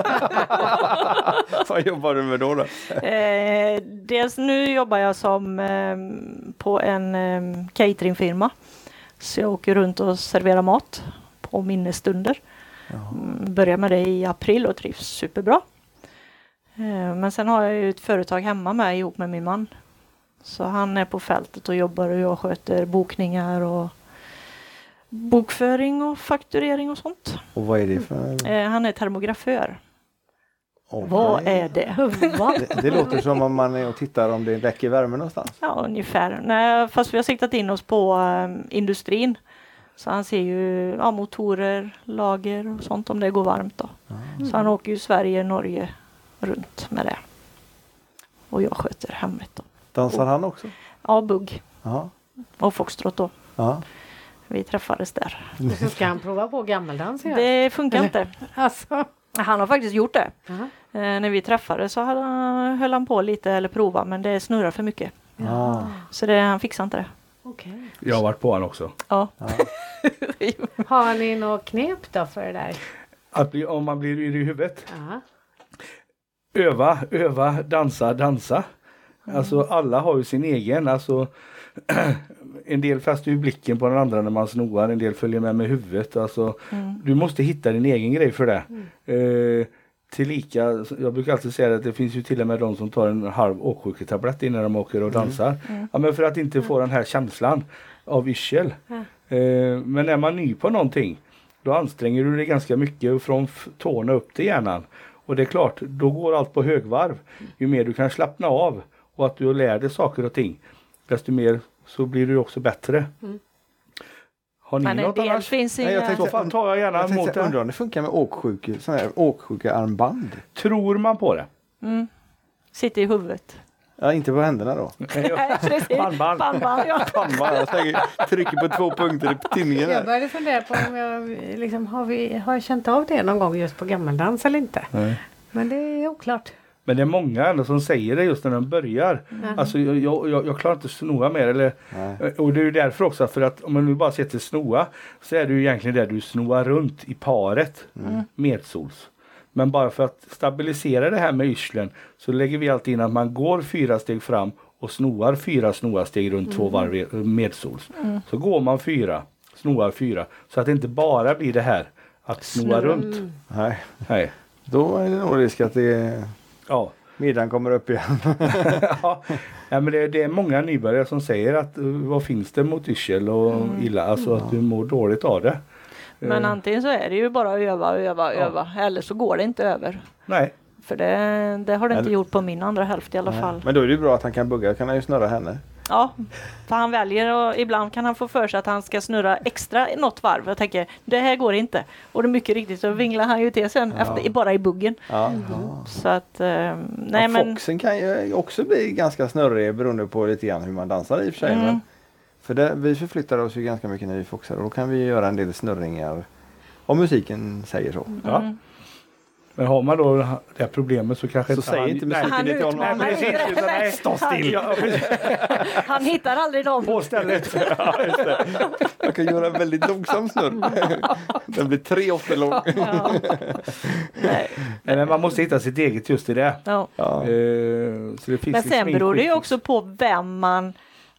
Vad jobbar du med då? Dels nu jobbar jag som på en cateringfirma. Så jag åker runt och serverar mat på minnesstunder. Börjar med det i april och trivs superbra. Men sen har jag ju ett företag hemma med ihop med min man. Så han är på fältet och jobbar och jag sköter bokningar och bokföring och fakturering och sånt. Och vad är det för? Han är termograför. Okay. Vad är det? Det låter som om man är och tittar om det räcker värme någonstans. Ja, ungefär. Nej, fast vi har siktat in oss på industrin. Så han ser ju motorer, lager och sånt om det går varmt då. Så han åker ju Sverige, Norge runt med det. Och jag sköter hemmet då. Dansar han också? Ja, bugg. Aha. Och foxtrot då. Aha. Vi träffades där. Så ska han prova på gammaldans? Det funkar inte. Alltså. Han har faktiskt gjort det. När vi träffades så höll han på lite eller prova, men det snurrar för mycket. Så han fixar inte det. Okay. Jag har varit på han också. Ja. Har ni något knep då för det där? Om man blir yr i huvudet. Öva, dansa. Alltså alla har ju sin egen. Alltså, en del fäster ju blicken på den andra när man snoar. En del följer med huvudet. Alltså, du måste hitta din egen grej för det. Tillika, jag brukar alltid säga att det finns ju till och med de som tar en halv åksjuketablett innan de åker och dansar. Ja, men för att inte få den här känslan. av yrsel. Men är man ny på någonting, då anstränger du dig ganska mycket från tårna upp till hjärnan. Och det är klart, då går allt på högvarv. Ju mer du kan slappna av och att du lär dig saker och ting, desto mer så blir du också bättre. Har ni något annars? Finns Nej, jag tänkte, så fan tar jag gärna emot det. Undrar om det funkar med åksjuka armband. Tror man på det? Sitter i huvudet. Ja, inte på händerna då. Pannband. Pannband, ja. Pannband, jag trycker på 2 punkter i tinningen Jag här. började fundera på om jag liksom, har jag känt av det någon gång just på gammaldans eller inte. Nej. Men det är oklart. Men det är många ändå som säger det just när de börjar. Alltså jag klarar inte att snoa mer. Och det är ju därför också, för att om man nu bara sätter snoa, så är det ju egentligen där du snoar runt i paret medsols. Men bara för att stabilisera det här med yrslen, så lägger vi alltid in att man går 4 steg fram och snoar 4 snoasteg runt 2 varv medsols. Så går man 4, snoar 4, så att det inte bara blir det här att snoa runt. Nej. Då är det nog risk att middagen kommer upp igen. Men det är många nybörjare som säger att vad finns det mot yrsel och illa, alltså att du mår dåligt av det. Men antingen så är det ju bara öva. Eller så går det inte över. Nej. För det har det inte gjort på min andra hälft i alla fall. Men då är det ju bra att han kan bugga. Kan han ju snurra henne. Ja, för han väljer och ibland kan han få för sig att han ska snurra extra något varv. Jag tänker, det här går inte. Och det är mycket riktigt, så vinglar han ju till sen bara i buggen. Så att, men... Foxen kan ju också bli ganska snurrig beroende på lite grann hur man dansar i och för sig. Men för vi förflyttar oss ju ganska mycket när vi foxar, och då kan vi göra en del snurringar om musiken säger så. Men har man då det här problemet så kanske så säger inte musiken det till honom. Nej, stå still. Han hittar aldrig dem. På stället. Jag kan göra en väldigt långsam snurr. Den blir 3 8 lång. Men man måste hitta sitt eget just i det. Ja. Så det finns men sen beror det ju också på vem man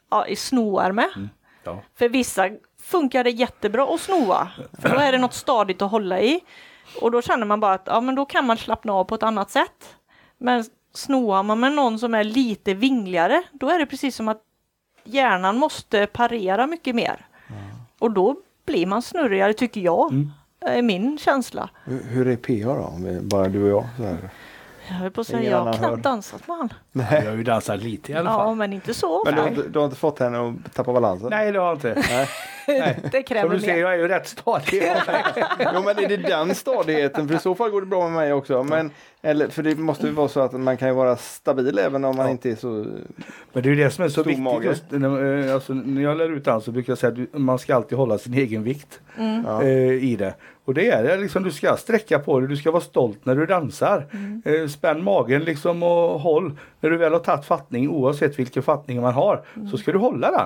snoar med. För vissa funkar det jättebra att snoa. För då är det något stadigt att hålla i. Och då känner man bara att men då kan man slappna av på ett annat sätt. Men snoar man med någon som är lite vingligare, då är det precis som att hjärnan måste parera mycket mer. Och då blir man snurrigare, tycker jag. Är min känsla. Hur är PH då? Om vi, bara du och jag så här. Jag vill på att säga, jag har knappt dansat med han. Nej. Jag har ju dansat lite i alla fall. Ja, men inte så. Men du har inte fått henne att tappa balansen? Nej, det har jag inte. Nej. Det kräver som du ser, jag är ju rätt stadig. Jo, men är det den stadigheten? För i så fall går det bra med mig också. Men, för det måste ju vara så att man kan ju vara stabil även om man inte är så. Men det är ju det som är så viktigt. Mage. Just, alltså, när jag lär ut dans så brukar jag säga att man ska alltid hålla sin egen vikt i det. Och det är det liksom, du ska sträcka på dig, du ska vara stolt när du dansar. Spänn magen liksom och håll. När du väl har tagit fattning, oavsett vilken fattning man har, så ska du hålla den.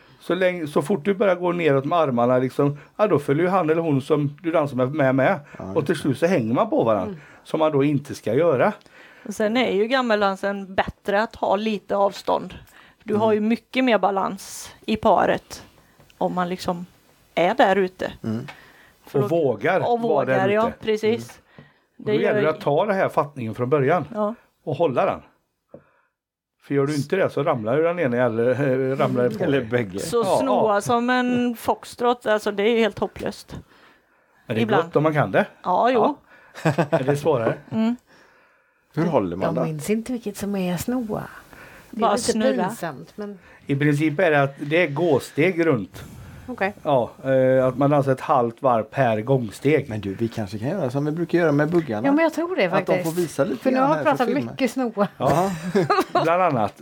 Så fort du börjar gå neråt med armarna liksom, då följer ju han eller hon som du dansar med. Och till slut så hänger man på varandra. Som man då inte ska göra. Och sen är ju gammeldansen bättre att ha lite avstånd. Du har ju mycket mer balans i paret om man liksom är där ute. Och vågar vara där ute. Ja, precis. Då gäller det att ta den här fattningen från början. Och hålla den. För gör du inte det så ramlar den ena eller bägge. Så snoa som en foxtrot, alltså det är ju helt hopplöst. Men det är gott om man kan det. Ja, jo. Det är svårare. Hur håller man det? Jag minns inte vilket som är snoa. Det bara är lite snurra. pinsamt, men... I princip är det att det är gåsteg runt. Okej. Ja, att man dansar ett halvt varv per gångsteg. Men du, vi kanske kan göra som vi brukar göra med buggarna. Ja, men jag tror det faktiskt. Att de får visa lite. För nu har jag pratat mycket snoa. Ja, bland annat.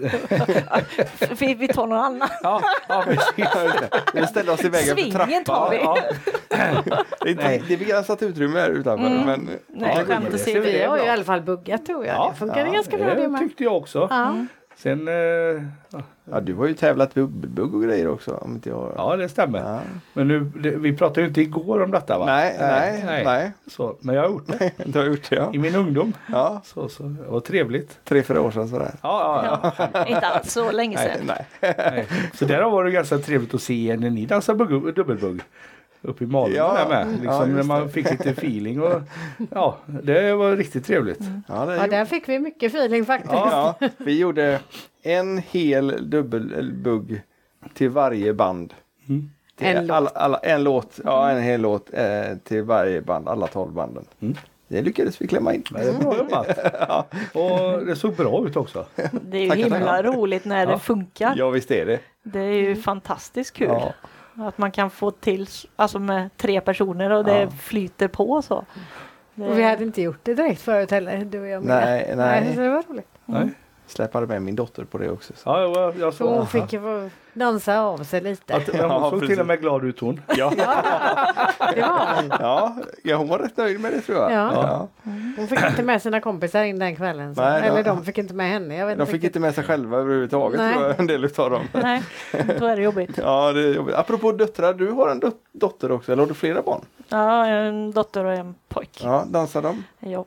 Vi tar någon annan. Ja, precis. Vi ställer oss i vägen för trappan. Svingen tar vi. Ja. Det är begränsat utrymme här utanför. Men, Nej, skämt att se. Vi har ju i alla fall buggat, tror jag. Det funkar ganska bra det med. Tyckte jag också. Sen... Ja, du har ju tävlat bubbel och grejer också. Om inte jag... Ja, det stämmer. Men nu, vi pratade ju inte igår om detta, va? Nej. Så, men jag har gjort det. Du har gjort det, ja. I min ungdom. Ja. Så det var trevligt. 3-4 år sedan sådär. Ja. Inte alls så länge sedan. Nej. Så där var det ganska trevligt att se när ni dansar dubbelbugg. Uppe i Malmö där med. Liksom, när man fick lite feeling. Och, det var riktigt trevligt. Ja, där fick vi mycket feeling faktiskt. Ja, vi gjorde en hel dubbelbugg till varje band. En låt, en hel låt till varje band, alla 12 banden. Det lyckades vi klämma in. Det är bra jobbat. Och det såg bra ut också. Det är ju himla roligt när det funkar. Ja, visst är det. Det är ju fantastiskt kul. Att man kan få till alltså med 3 personer och det flyter på så. Och vi hade inte gjort det direkt förut heller, du och jag med. Nej. Så det var roligt. Nej. Släppade med min dotter på det också. Så. Ja, jag såg. Hon fick ju dansa av sig lite. Hon såg till och med glad ut hon. Ja. Det var hon. Ja, hon var rätt nöjd med det tror jag. Ja. Hon fick inte med sina kompisar in den kvällen. Så. Nej, eller de fick inte med henne. Jag vet de fick inte med sig själva överhuvudtaget tror jag, en del utav dem. Nej, då är det jobbigt. Ja, det är jobbigt. Apropå döttrar, du har en dotter också, eller har du flera barn? Ja, en dotter och en pojk. Ja, dansar de? Ja.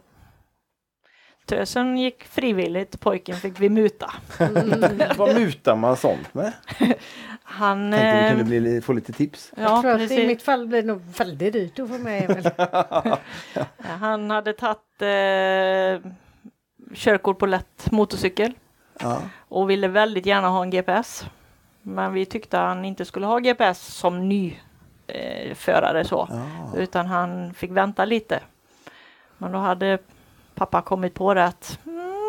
Tösen gick frivilligt, pojken fick vi muta. Vad mutar man sånt med? Han... Tänkte vi kunde få lite tips. Jag tror att i mitt fall blir det nog väldigt dyrt att få med Emil. Han hade tagit körkort på lätt motorcykel. Och ville väldigt gärna ha en GPS. Men vi tyckte han inte skulle ha GPS som ny förare så. Utan han fick vänta lite. Men då hade pappa kommit på det att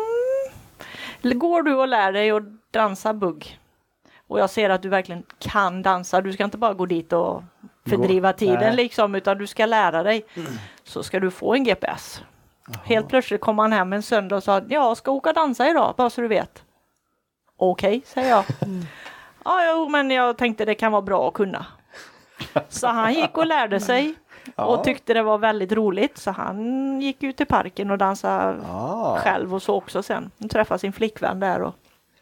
går du och lär dig att dansa bugg och jag ser att du verkligen kan dansa, du ska inte bara gå dit och fördriva tiden liksom, utan du ska lära dig, så ska du få en GPS. Helt plötsligt kom han hem en söndag och sa, jag ska åka dansa idag, bara så du vet. Okej, säger jag. Jo, men jag tänkte det kan vara bra att kunna. Så han gick och lärde sig. Och tyckte det var väldigt roligt. Så han gick ut i parken och dansade själv och så också sen. Han träffade sin flickvän där.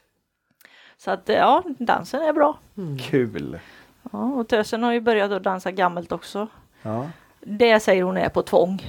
Så att dansen är bra. Kul. Ja, och tösen har ju börjat att dansa gammalt också. Det säger hon är på tvång.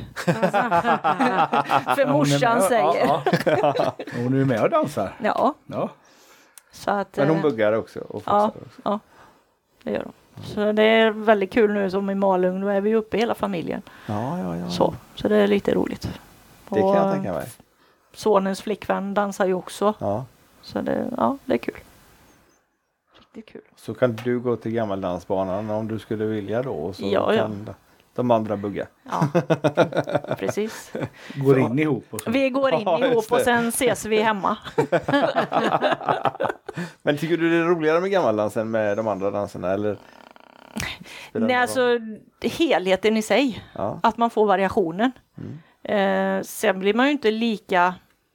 För morsan säger. Hon är med och dansar. Ja. Så att, men hon buggar också. Och också. Ja, det gör hon. Så det är väldigt kul nu som i Malung. Nu är vi uppe hela familjen. Ja. Så det är lite roligt. Det kan jag tänka mig. Sonens flickvän dansar ju också. Så det är kul. Riktigt kul. Så kan du gå till gammaldansbanan om du skulle vilja då. Och så kan de andra bugga. Ja, precis. Går in ihop. Och så. Vi går in ihop och sen ses vi hemma. Men tycker du det är roligare med gammaldansen med de andra danserna eller? Nej, alltså helheten i sig. Att man får variationen. Sen blir man ju inte lika...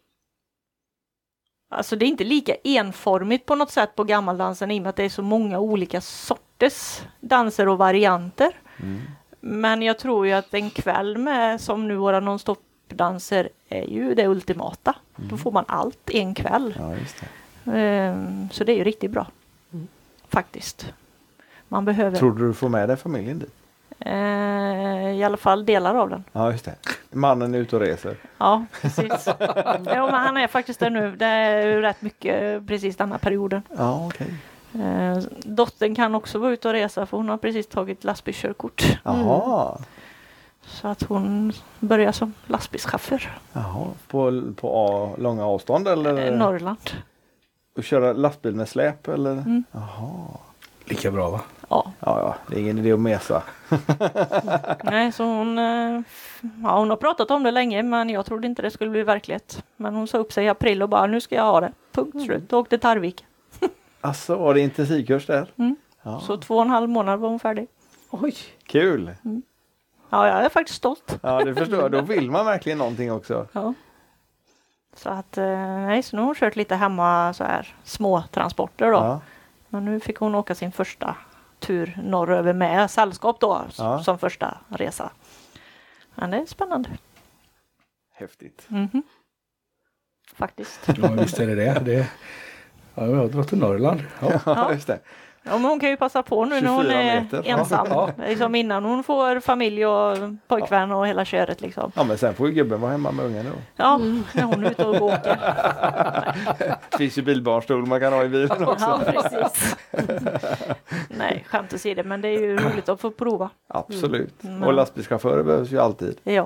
Alltså det är inte lika enformigt på något sätt på gammaldansen i och med att det är så många olika sorters danser och varianter. Men jag tror ju att en kväll med som nu våra non-stop-danser är ju det ultimata. Då får man allt en kväll. Ja, just det. Så det är ju riktigt bra. Faktiskt. Man behöver... Tror du får med dig familjen dit? I alla fall delar av den. Ja, just det. Mannen är ute och reser. Ja, precis. Men han är faktiskt där nu. Det är ju rätt mycket precis den här perioden. Ja, okej. Dottern kan också vara ute och resa för hon har precis tagit lastbilskörkort. Jaha. Så att hon börjar som lastbilschaufför. Jaha. På långa avstånd eller? Norrland. Och köra lastbil med släp eller? Jaha. Lika bra va? Ja, det är ingen idé att mesa. Nej, så hon har pratat om det länge men jag trodde inte det skulle bli verklighet. Men hon sa upp sig i april och bara nu ska jag ha det. Punkt slut. Och åkte till Tarvik. Alltså, var det intensivkurs där? Ja. Så 2,5 månader var hon färdig. Oj! Kul! Ja, jag är faktiskt stolt. Ja, det förstår jag. Då vill man verkligen någonting också. Ja. Så att, så nu har hon kört lite hemma så här små transporter då. Ja. Men nu fick hon åka sin första tur norröver med sällskap då som första resa. Men det är spännande. Häftigt. Faktiskt. Ja, visst är det. Ja, jag har dragit till Norrland. Ja, just det. Ja, men hon kan ju passa på nu när hon är ensam. Liksom innan hon får familj och pojkvän och hela köret liksom. Ja, men sen får ju gubben vara hemma med ungen då. Ja, när hon är ute och åker. Det finns ju bilbarnstol man kan ha i bilen också. Ja, precis. Nej, skämt att se det, men det är ju roligt att få prova. Absolut. Och lastbilschaufförer behövs ju alltid. Ja.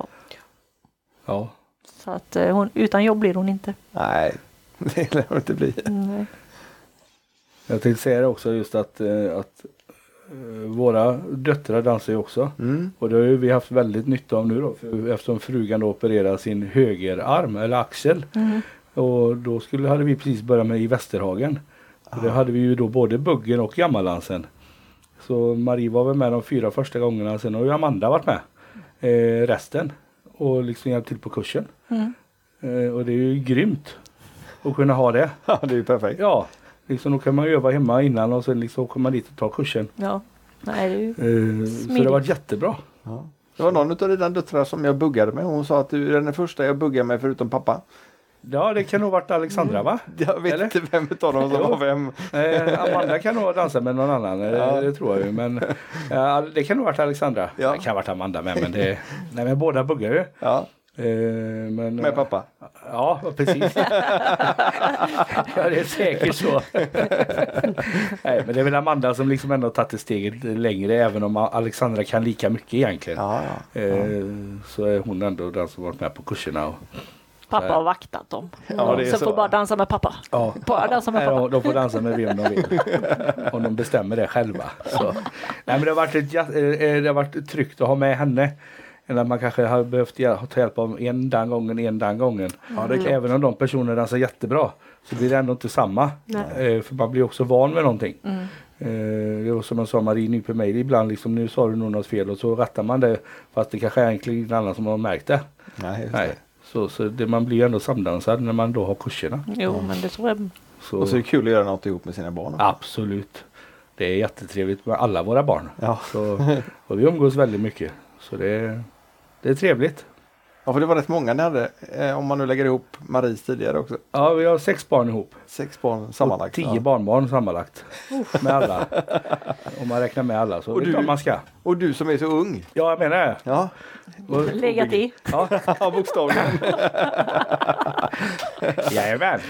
Så att utan jobb blir hon inte. Nej, det lär hon inte bli. Nej. Jag tänkte säga det också just att våra döttrar dansar ju också. Och det har ju vi haft väldigt nytta av nu då. Eftersom frugan då opererar sin högerarm eller axel. Och då hade vi precis börjat med i Västerhagen. Och det hade vi ju då både buggen och gammaldansen. Så Marie var väl med de 4 första gångerna. Sen har ju Amanda varit med resten. Och liksom hjälpt till på kursen. Och det är ju grymt att kunna ha det. Ja, det är ju perfekt. Ja, liksom då kan man öva hemma innan och sen liksom kommer man dit och tar kursen. Ja, nej, det är ju så det har varit jättebra. Ja. Det var någon av dina döttrar som jag buggade med. Hon sa att du är den första jag buggar med förutom pappa. Ja, det kan nog varit Alexandra, va? Jag vet inte vem av dem som var vem. Amanda kan nog dansa med någon annan, det tror jag ju. Men det kan nog varit Alexandra. Ja. Det kan ha varit Amanda med, men båda buggar ju. Ja. Men, med pappa? Ja, precis. Ja, det är säkert så. Nej, men det är väl Amanda som liksom ändå tagit ett steget längre, även om Alexandra kan lika mycket egentligen. Så är hon ändå den som varit med på kurserna. Och pappa har vaktat dem. Ja, så får bara dansa med pappa. Ja. Bara dansa med pappa. De får dansa med vem de vill. Om de bestämmer det själva. Så. Nej, men det har varit tryggt att ha med henne. Eller man kanske har behövt ta hjälp av en den gången. Ja, även om de personerna dansar jättebra så blir det ändå inte samma. För man blir också van med någonting. Det var som jag sa, Marie nyper mig ibland. Liksom, nu sa du nog något fel och så rättar man det. Fast det kanske är egentligen ingen annan som har märkt det. Nej. Så man blir ju ändå samdansad när man då har kurserna. Jo, men det tror jag. Och så är det kul att göra något ihop med sina barn. Absolut. Det är jättetrevligt med alla våra barn. Ja. Och vi umgås väldigt mycket. Så det är trevligt. Ja, för det var rätt många ni hade. Om man nu lägger ihop Maries tidigare också. Ja, vi har 6 barn ihop. 6 barn sammanlagt. 10 barnbarn sammanlagt. Med alla. Om man räknar med alla så och det är klart man ska. Och du som är så ung. Ja, jag menar det. Ja. Legat i. Ja, bokstavligen. Jajamän.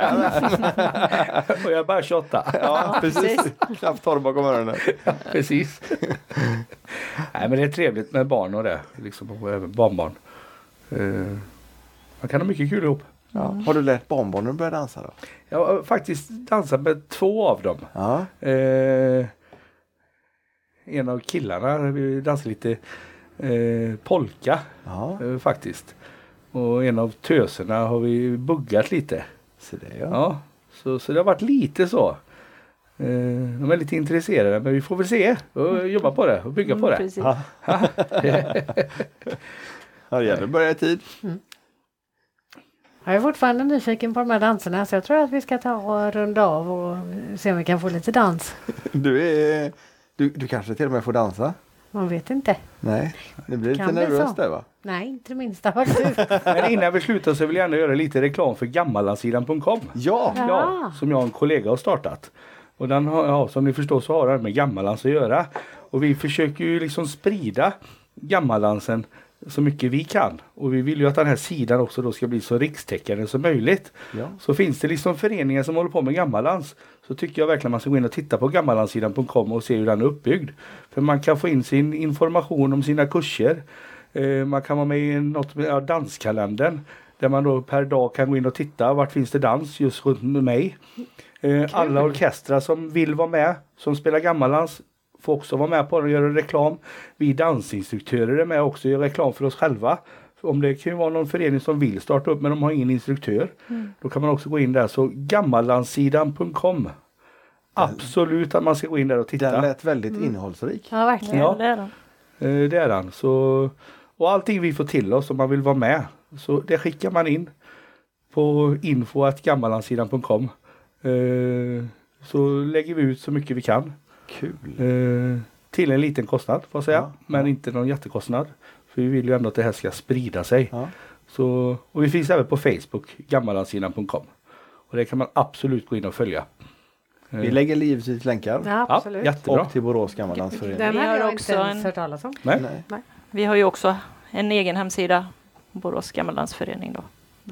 Och jag är bara 28. Ja, precis. Knappt torr bakom öronen. Ja, precis. Nej, men det är trevligt med barn och det. Liksom, och även barnbarn. Man kan ha mycket kul ihop. Ja. Har du lärt barnbarnen börja dansa då? Jag har faktiskt dansat med 2 av dem. Ja. En av killarna, vi dansade lite polka faktiskt. Och en av töserna har vi buggat lite. Så det, så det har varit lite så. De är lite intresserade, men vi får väl se och jobba på det och bygga på det. Precis. Det gäller att börja i tid. Jag är fortfarande nyfiken på de här danserna, så jag tror att vi ska ta och runda av och se om vi kan få lite dans. Du kanske till och med får dansa? Man vet inte. Nej, det blir lite nervöst där, va? Nej, inte det minsta faktiskt. Men innan vi slutar så vill jag gärna göra lite reklam för gammallandssidan.com. Ja, som jag och en kollega har startat. Och den har, som ni förstår så har den med gammallands att göra. Och vi försöker ju liksom sprida gammallandsen så mycket vi kan. Och vi vill ju att den här sidan också då ska bli så rikstäckande som möjligt. Ja. Så finns det liksom föreningar som håller på med gammallands, så tycker jag verkligen man ska gå in och titta på gammallandssidan.com och se hur den är uppbyggd. För man kan få in sin information om sina kurser. Man kan vara med i något med danskalendern. Där man då per dag kan gå in och titta vart finns det dans just runt med mig. Alla orkestrar som vill vara med, som spelar gammallands, får också vara med på det och göra reklam. Vi dansinstruktörer är med också och gör reklam för oss själva. Om det kan ju vara någon förening som vill starta upp men de har ingen instruktör. Då kan man också gå in där. Så gammallandssidan.com. Absolut att man ska gå in där och titta. Den lät väldigt innehållsrik. Ja, verkligen. Ja, det är den. Det är den. Så, och allting vi får till oss om man vill vara med. Så det skickar man in på info@gammallandssidan.com. Så lägger vi ut så mycket vi kan. Kul. Till en liten kostnad får jag säga. Men inte någon jättekostnad. För vi vill ju ändå att det här ska sprida sig. Ja. Så, och vi finns även på Facebook, gammallandssidan.com. Och det kan man absolut gå in och följa. Vi lägger givetvis länkar. Ja, absolut. Jättebra. Och till Borås gammallandsförening. Den har jag också inte ens hört talas om. Nej. Vi har ju också en egen hemsida, Borås gammallandsförening då.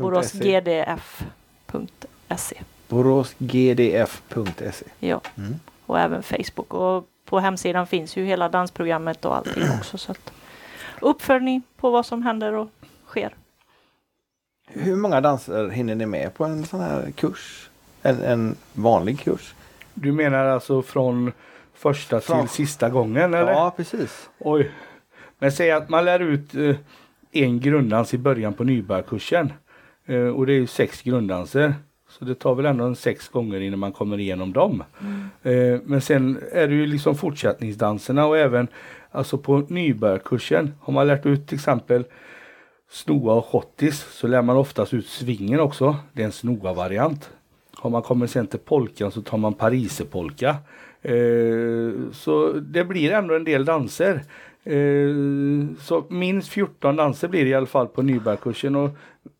Boråsgdf.se. Boråsgdf.se. Ja. Och även Facebook. Och på hemsidan finns ju hela dansprogrammet och allting också. Så att uppföljning på vad som händer och sker. Hur många danser hinner ni med på en sån här kurs? En vanlig kurs? Du menar alltså från första till sista gången, eller? Ja, precis. Oj. Men säg att man lär ut en grunddans i början på nybörjarkursen. Och det är ju 6 grunddanser. Så det tar väl ändå 6 gånger innan man kommer igenom dem. Men sen är det ju liksom fortsättningsdanserna och även alltså på nybörjarkursen har man lärt ut till exempel snoa och schottis, så lär man oftast ut svingen också. Det är en snoa-variant. Har man kommit sen till polkan så tar man pariserpolka. Så det blir ändå en del danser. Så minst 14 danser blir det i alla fall på nybörjarkursen. Och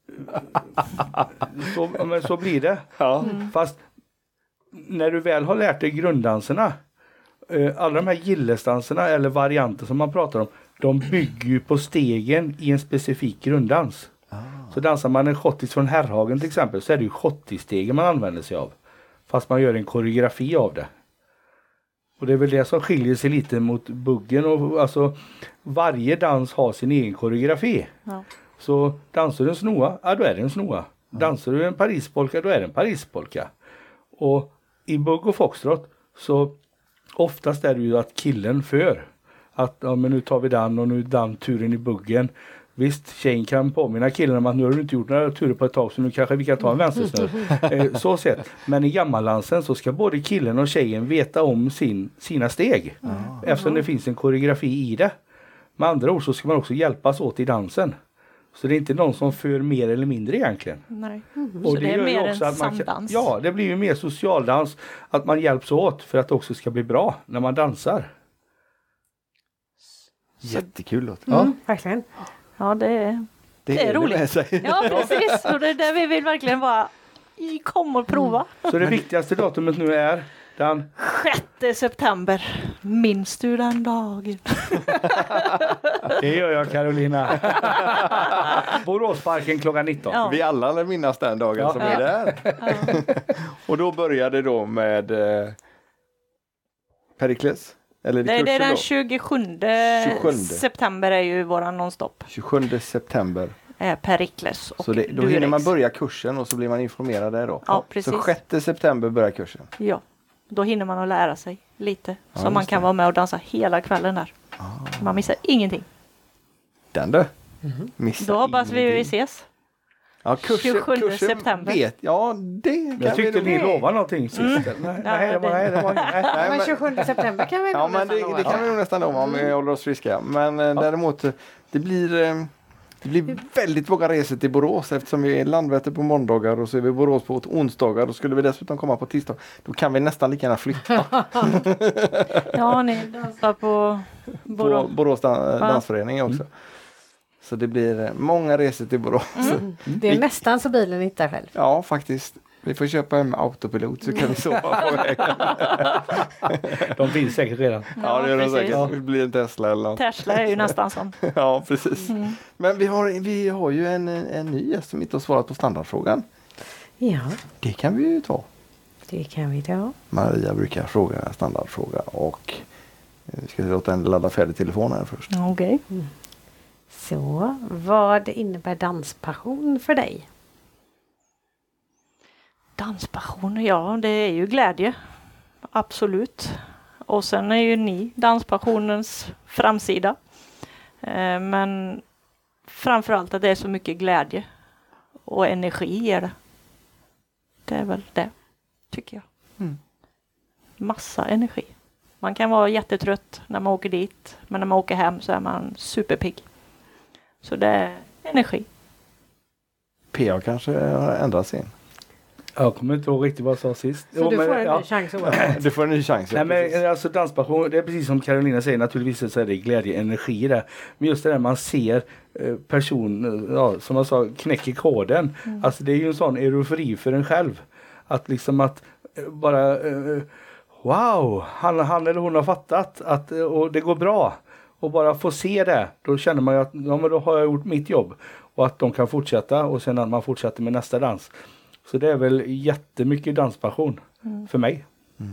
så blir det. Ja. Fast när du väl har lärt dig grunddanserna, alla de här gillesdanserna eller varianter som man pratar om, de bygger ju på stegen i en specifik grunddans. Så dansar man en schottis från Herrhagen till exempel, så är det ju schottisstegen man använder sig av. Fast man gör en koreografi av det. Och det är väl det som skiljer sig lite mot buggen. Och, alltså, varje dans har sin egen koreografi. Ja. Så dansar du en snoa, ja då är det en snoa. Dansar du en parispolka, då är det en parispolka. Och i bugg och foxtrot så oftast är det ju att killen för. Att ja, men nu tar vi den och nu den turen i buggen. Visst, tjejen kan påminna killen om att nu har du inte gjort några turer på ett tag så nu kanske vi kan ta en vänstersnurr. Så sett. Men i gammaldansen så ska både killen och tjejen veta om sina steg. Eftersom det finns en koreografi i det. Med andra ord så ska man också hjälpas åt i dansen. Så det är inte någon som för mer eller mindre egentligen. Nej. Och så det är mer också en att man samdans. Ja, det blir ju mer socialdans. Att man hjälps åt för att det också ska bli bra när man dansar. Jättekul låt. Ja, verkligen. Ja, det är roligt. Ja, precis. Och det är där vi vill verkligen vara. Kom och prova. Så det viktigaste datumet nu är den 6 september. Minns du den dagen? Det gör jag, Carolina. Boråsparken klockan 19. Ja. Vi alla lär minnas den dagen som är där. Och då började då med Perikles. Eller det är den 27 september är ju våran nonstop. 27 september. Perikles. Och så då hinner man börja kursen och så blir man informerad där då. Ja, precis. Så 6 september börjar kursen. Ja, då hinner man att lära sig lite. Så man kan vara med och dansa hela kvällen där. Man missar ingenting. Den du. Då hoppas vi ses. Ja, 27 september. Vet, ja, det jag tyckte ni lovade någonting sist. Nej, det var nej, men 27 september kan vi nog nästan lova. Det kan vi nog nästan lova om vi håller oss friska. Men däremot, det blir väldigt många resor till Borås eftersom vi är Landvetter på måndagar och så är vi i Borås på onsdagar och skulle vi dessutom komma på tisdag. Då kan vi nästan lika gärna flytta. Ja, ni dansar på Borås dansförening också. Så det blir många resor till Borås. Det är nästan så bilen hittar själv. Ja, faktiskt. Vi får köpa en autopilot så kan vi sova på vägen. De finns säkert redan. Ja, det gör de säkert. Det blir en Tesla eller något. Tesla är ju nästan sån. Ja, precis. Men vi har ju en ny gäst som inte har svarat på standardfrågan. Ja. Det kan vi ju ta. Det kan vi ta. Maria brukar fråga standardfråga och vi ska låta en ladda färdig telefon här först. Okej. Så, vad innebär danspassion för dig? Danspassion, ja det är ju glädje. Absolut. Och sen är ju ni danspassionens framsida. Men framförallt att det är så mycket glädje. Och energi är det. Det är väl det, tycker jag. Massa energi. Man kan vara jättetrött när man åker dit. Men när man åker hem så är man superpigg. Så det är energi. PA kanske har ändrat sin. Jag kommer inte ihåg riktigt vad jag sa sist. Så du får en ny chans. Du får en ny chans. Nej, men alltså danspassion, det är precis som Carolina säger, naturligtvis så är det glädje, energi där. Men just det där man ser person, som jag sa, knäcker koden. Alltså det är ju en sån eufori för en själv. Att liksom att bara wow, han eller hon har fattat att och det går bra. Och bara få se det, då känner man ju att ja, men då har jag gjort mitt jobb. Och att de kan fortsätta och sen att man fortsätter med nästa dans. Så det är väl jättemycket danspassion för mig.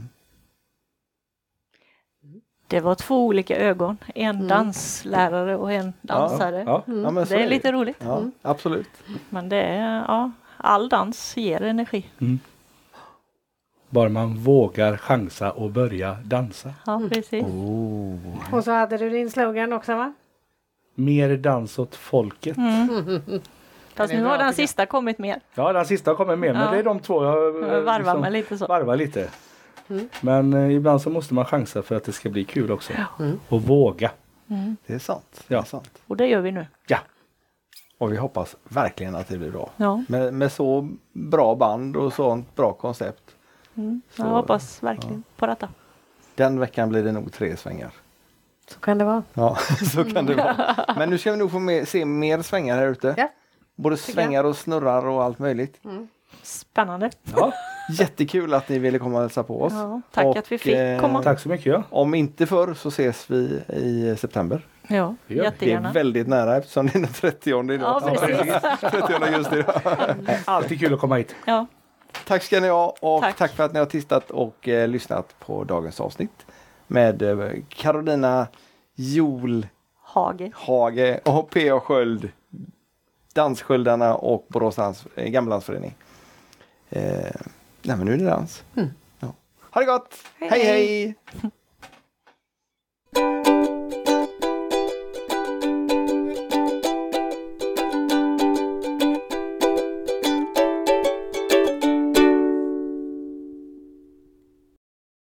Det var 2 olika ögon. En danslärare och en dansare. Ja. Ja, men det är lite roligt. Ja, absolut. Men det är, all dans ger energi. Bara man vågar chansa och börja dansa. Ja, precis. Och så hade du din slogan också, va? Mer dans åt folket. Fast nu har den sista kommit mer. Ja, den sista kommer med. Men det är de två jag Varvar med lite så. varvar lite. Men ibland så måste man chansa för att det ska bli kul också. Och våga. Det är sant. Ja. Det är sant. Och det gör vi nu. Ja. Och vi hoppas verkligen att det blir bra. Ja. Med så bra band och sånt bra koncept. Jag hoppas verkligen på detta. Den veckan blir det nog 3 svängar. Så kan det vara. Ja, så kan det vara. Men nu ska vi nog få se mer svängar här ute. Ja. Både svängar och snurrar och allt möjligt. Spännande. Ja. Jättekul att ni ville komma och hälsa på oss. Ja, tack att vi fick komma. Tack så mycket. Ja. Om inte förr så ses vi i september. Ja, Det gör vi. Det är jättegärna. väldigt nära eftersom det är den 30 idag. Ja, precis. 30 augusti idag. Alltid kul att komma hit. Ja, Tack ska ni ha och Tack. tack för att ni har tittat och lyssnat på dagens avsnitt med Carolina Hage. Hage och P.A. Sköld, Danssköldarna och Borås Gammeldansförening. Nej men nu är det dans. Ja. Ha det gott! Hej hej!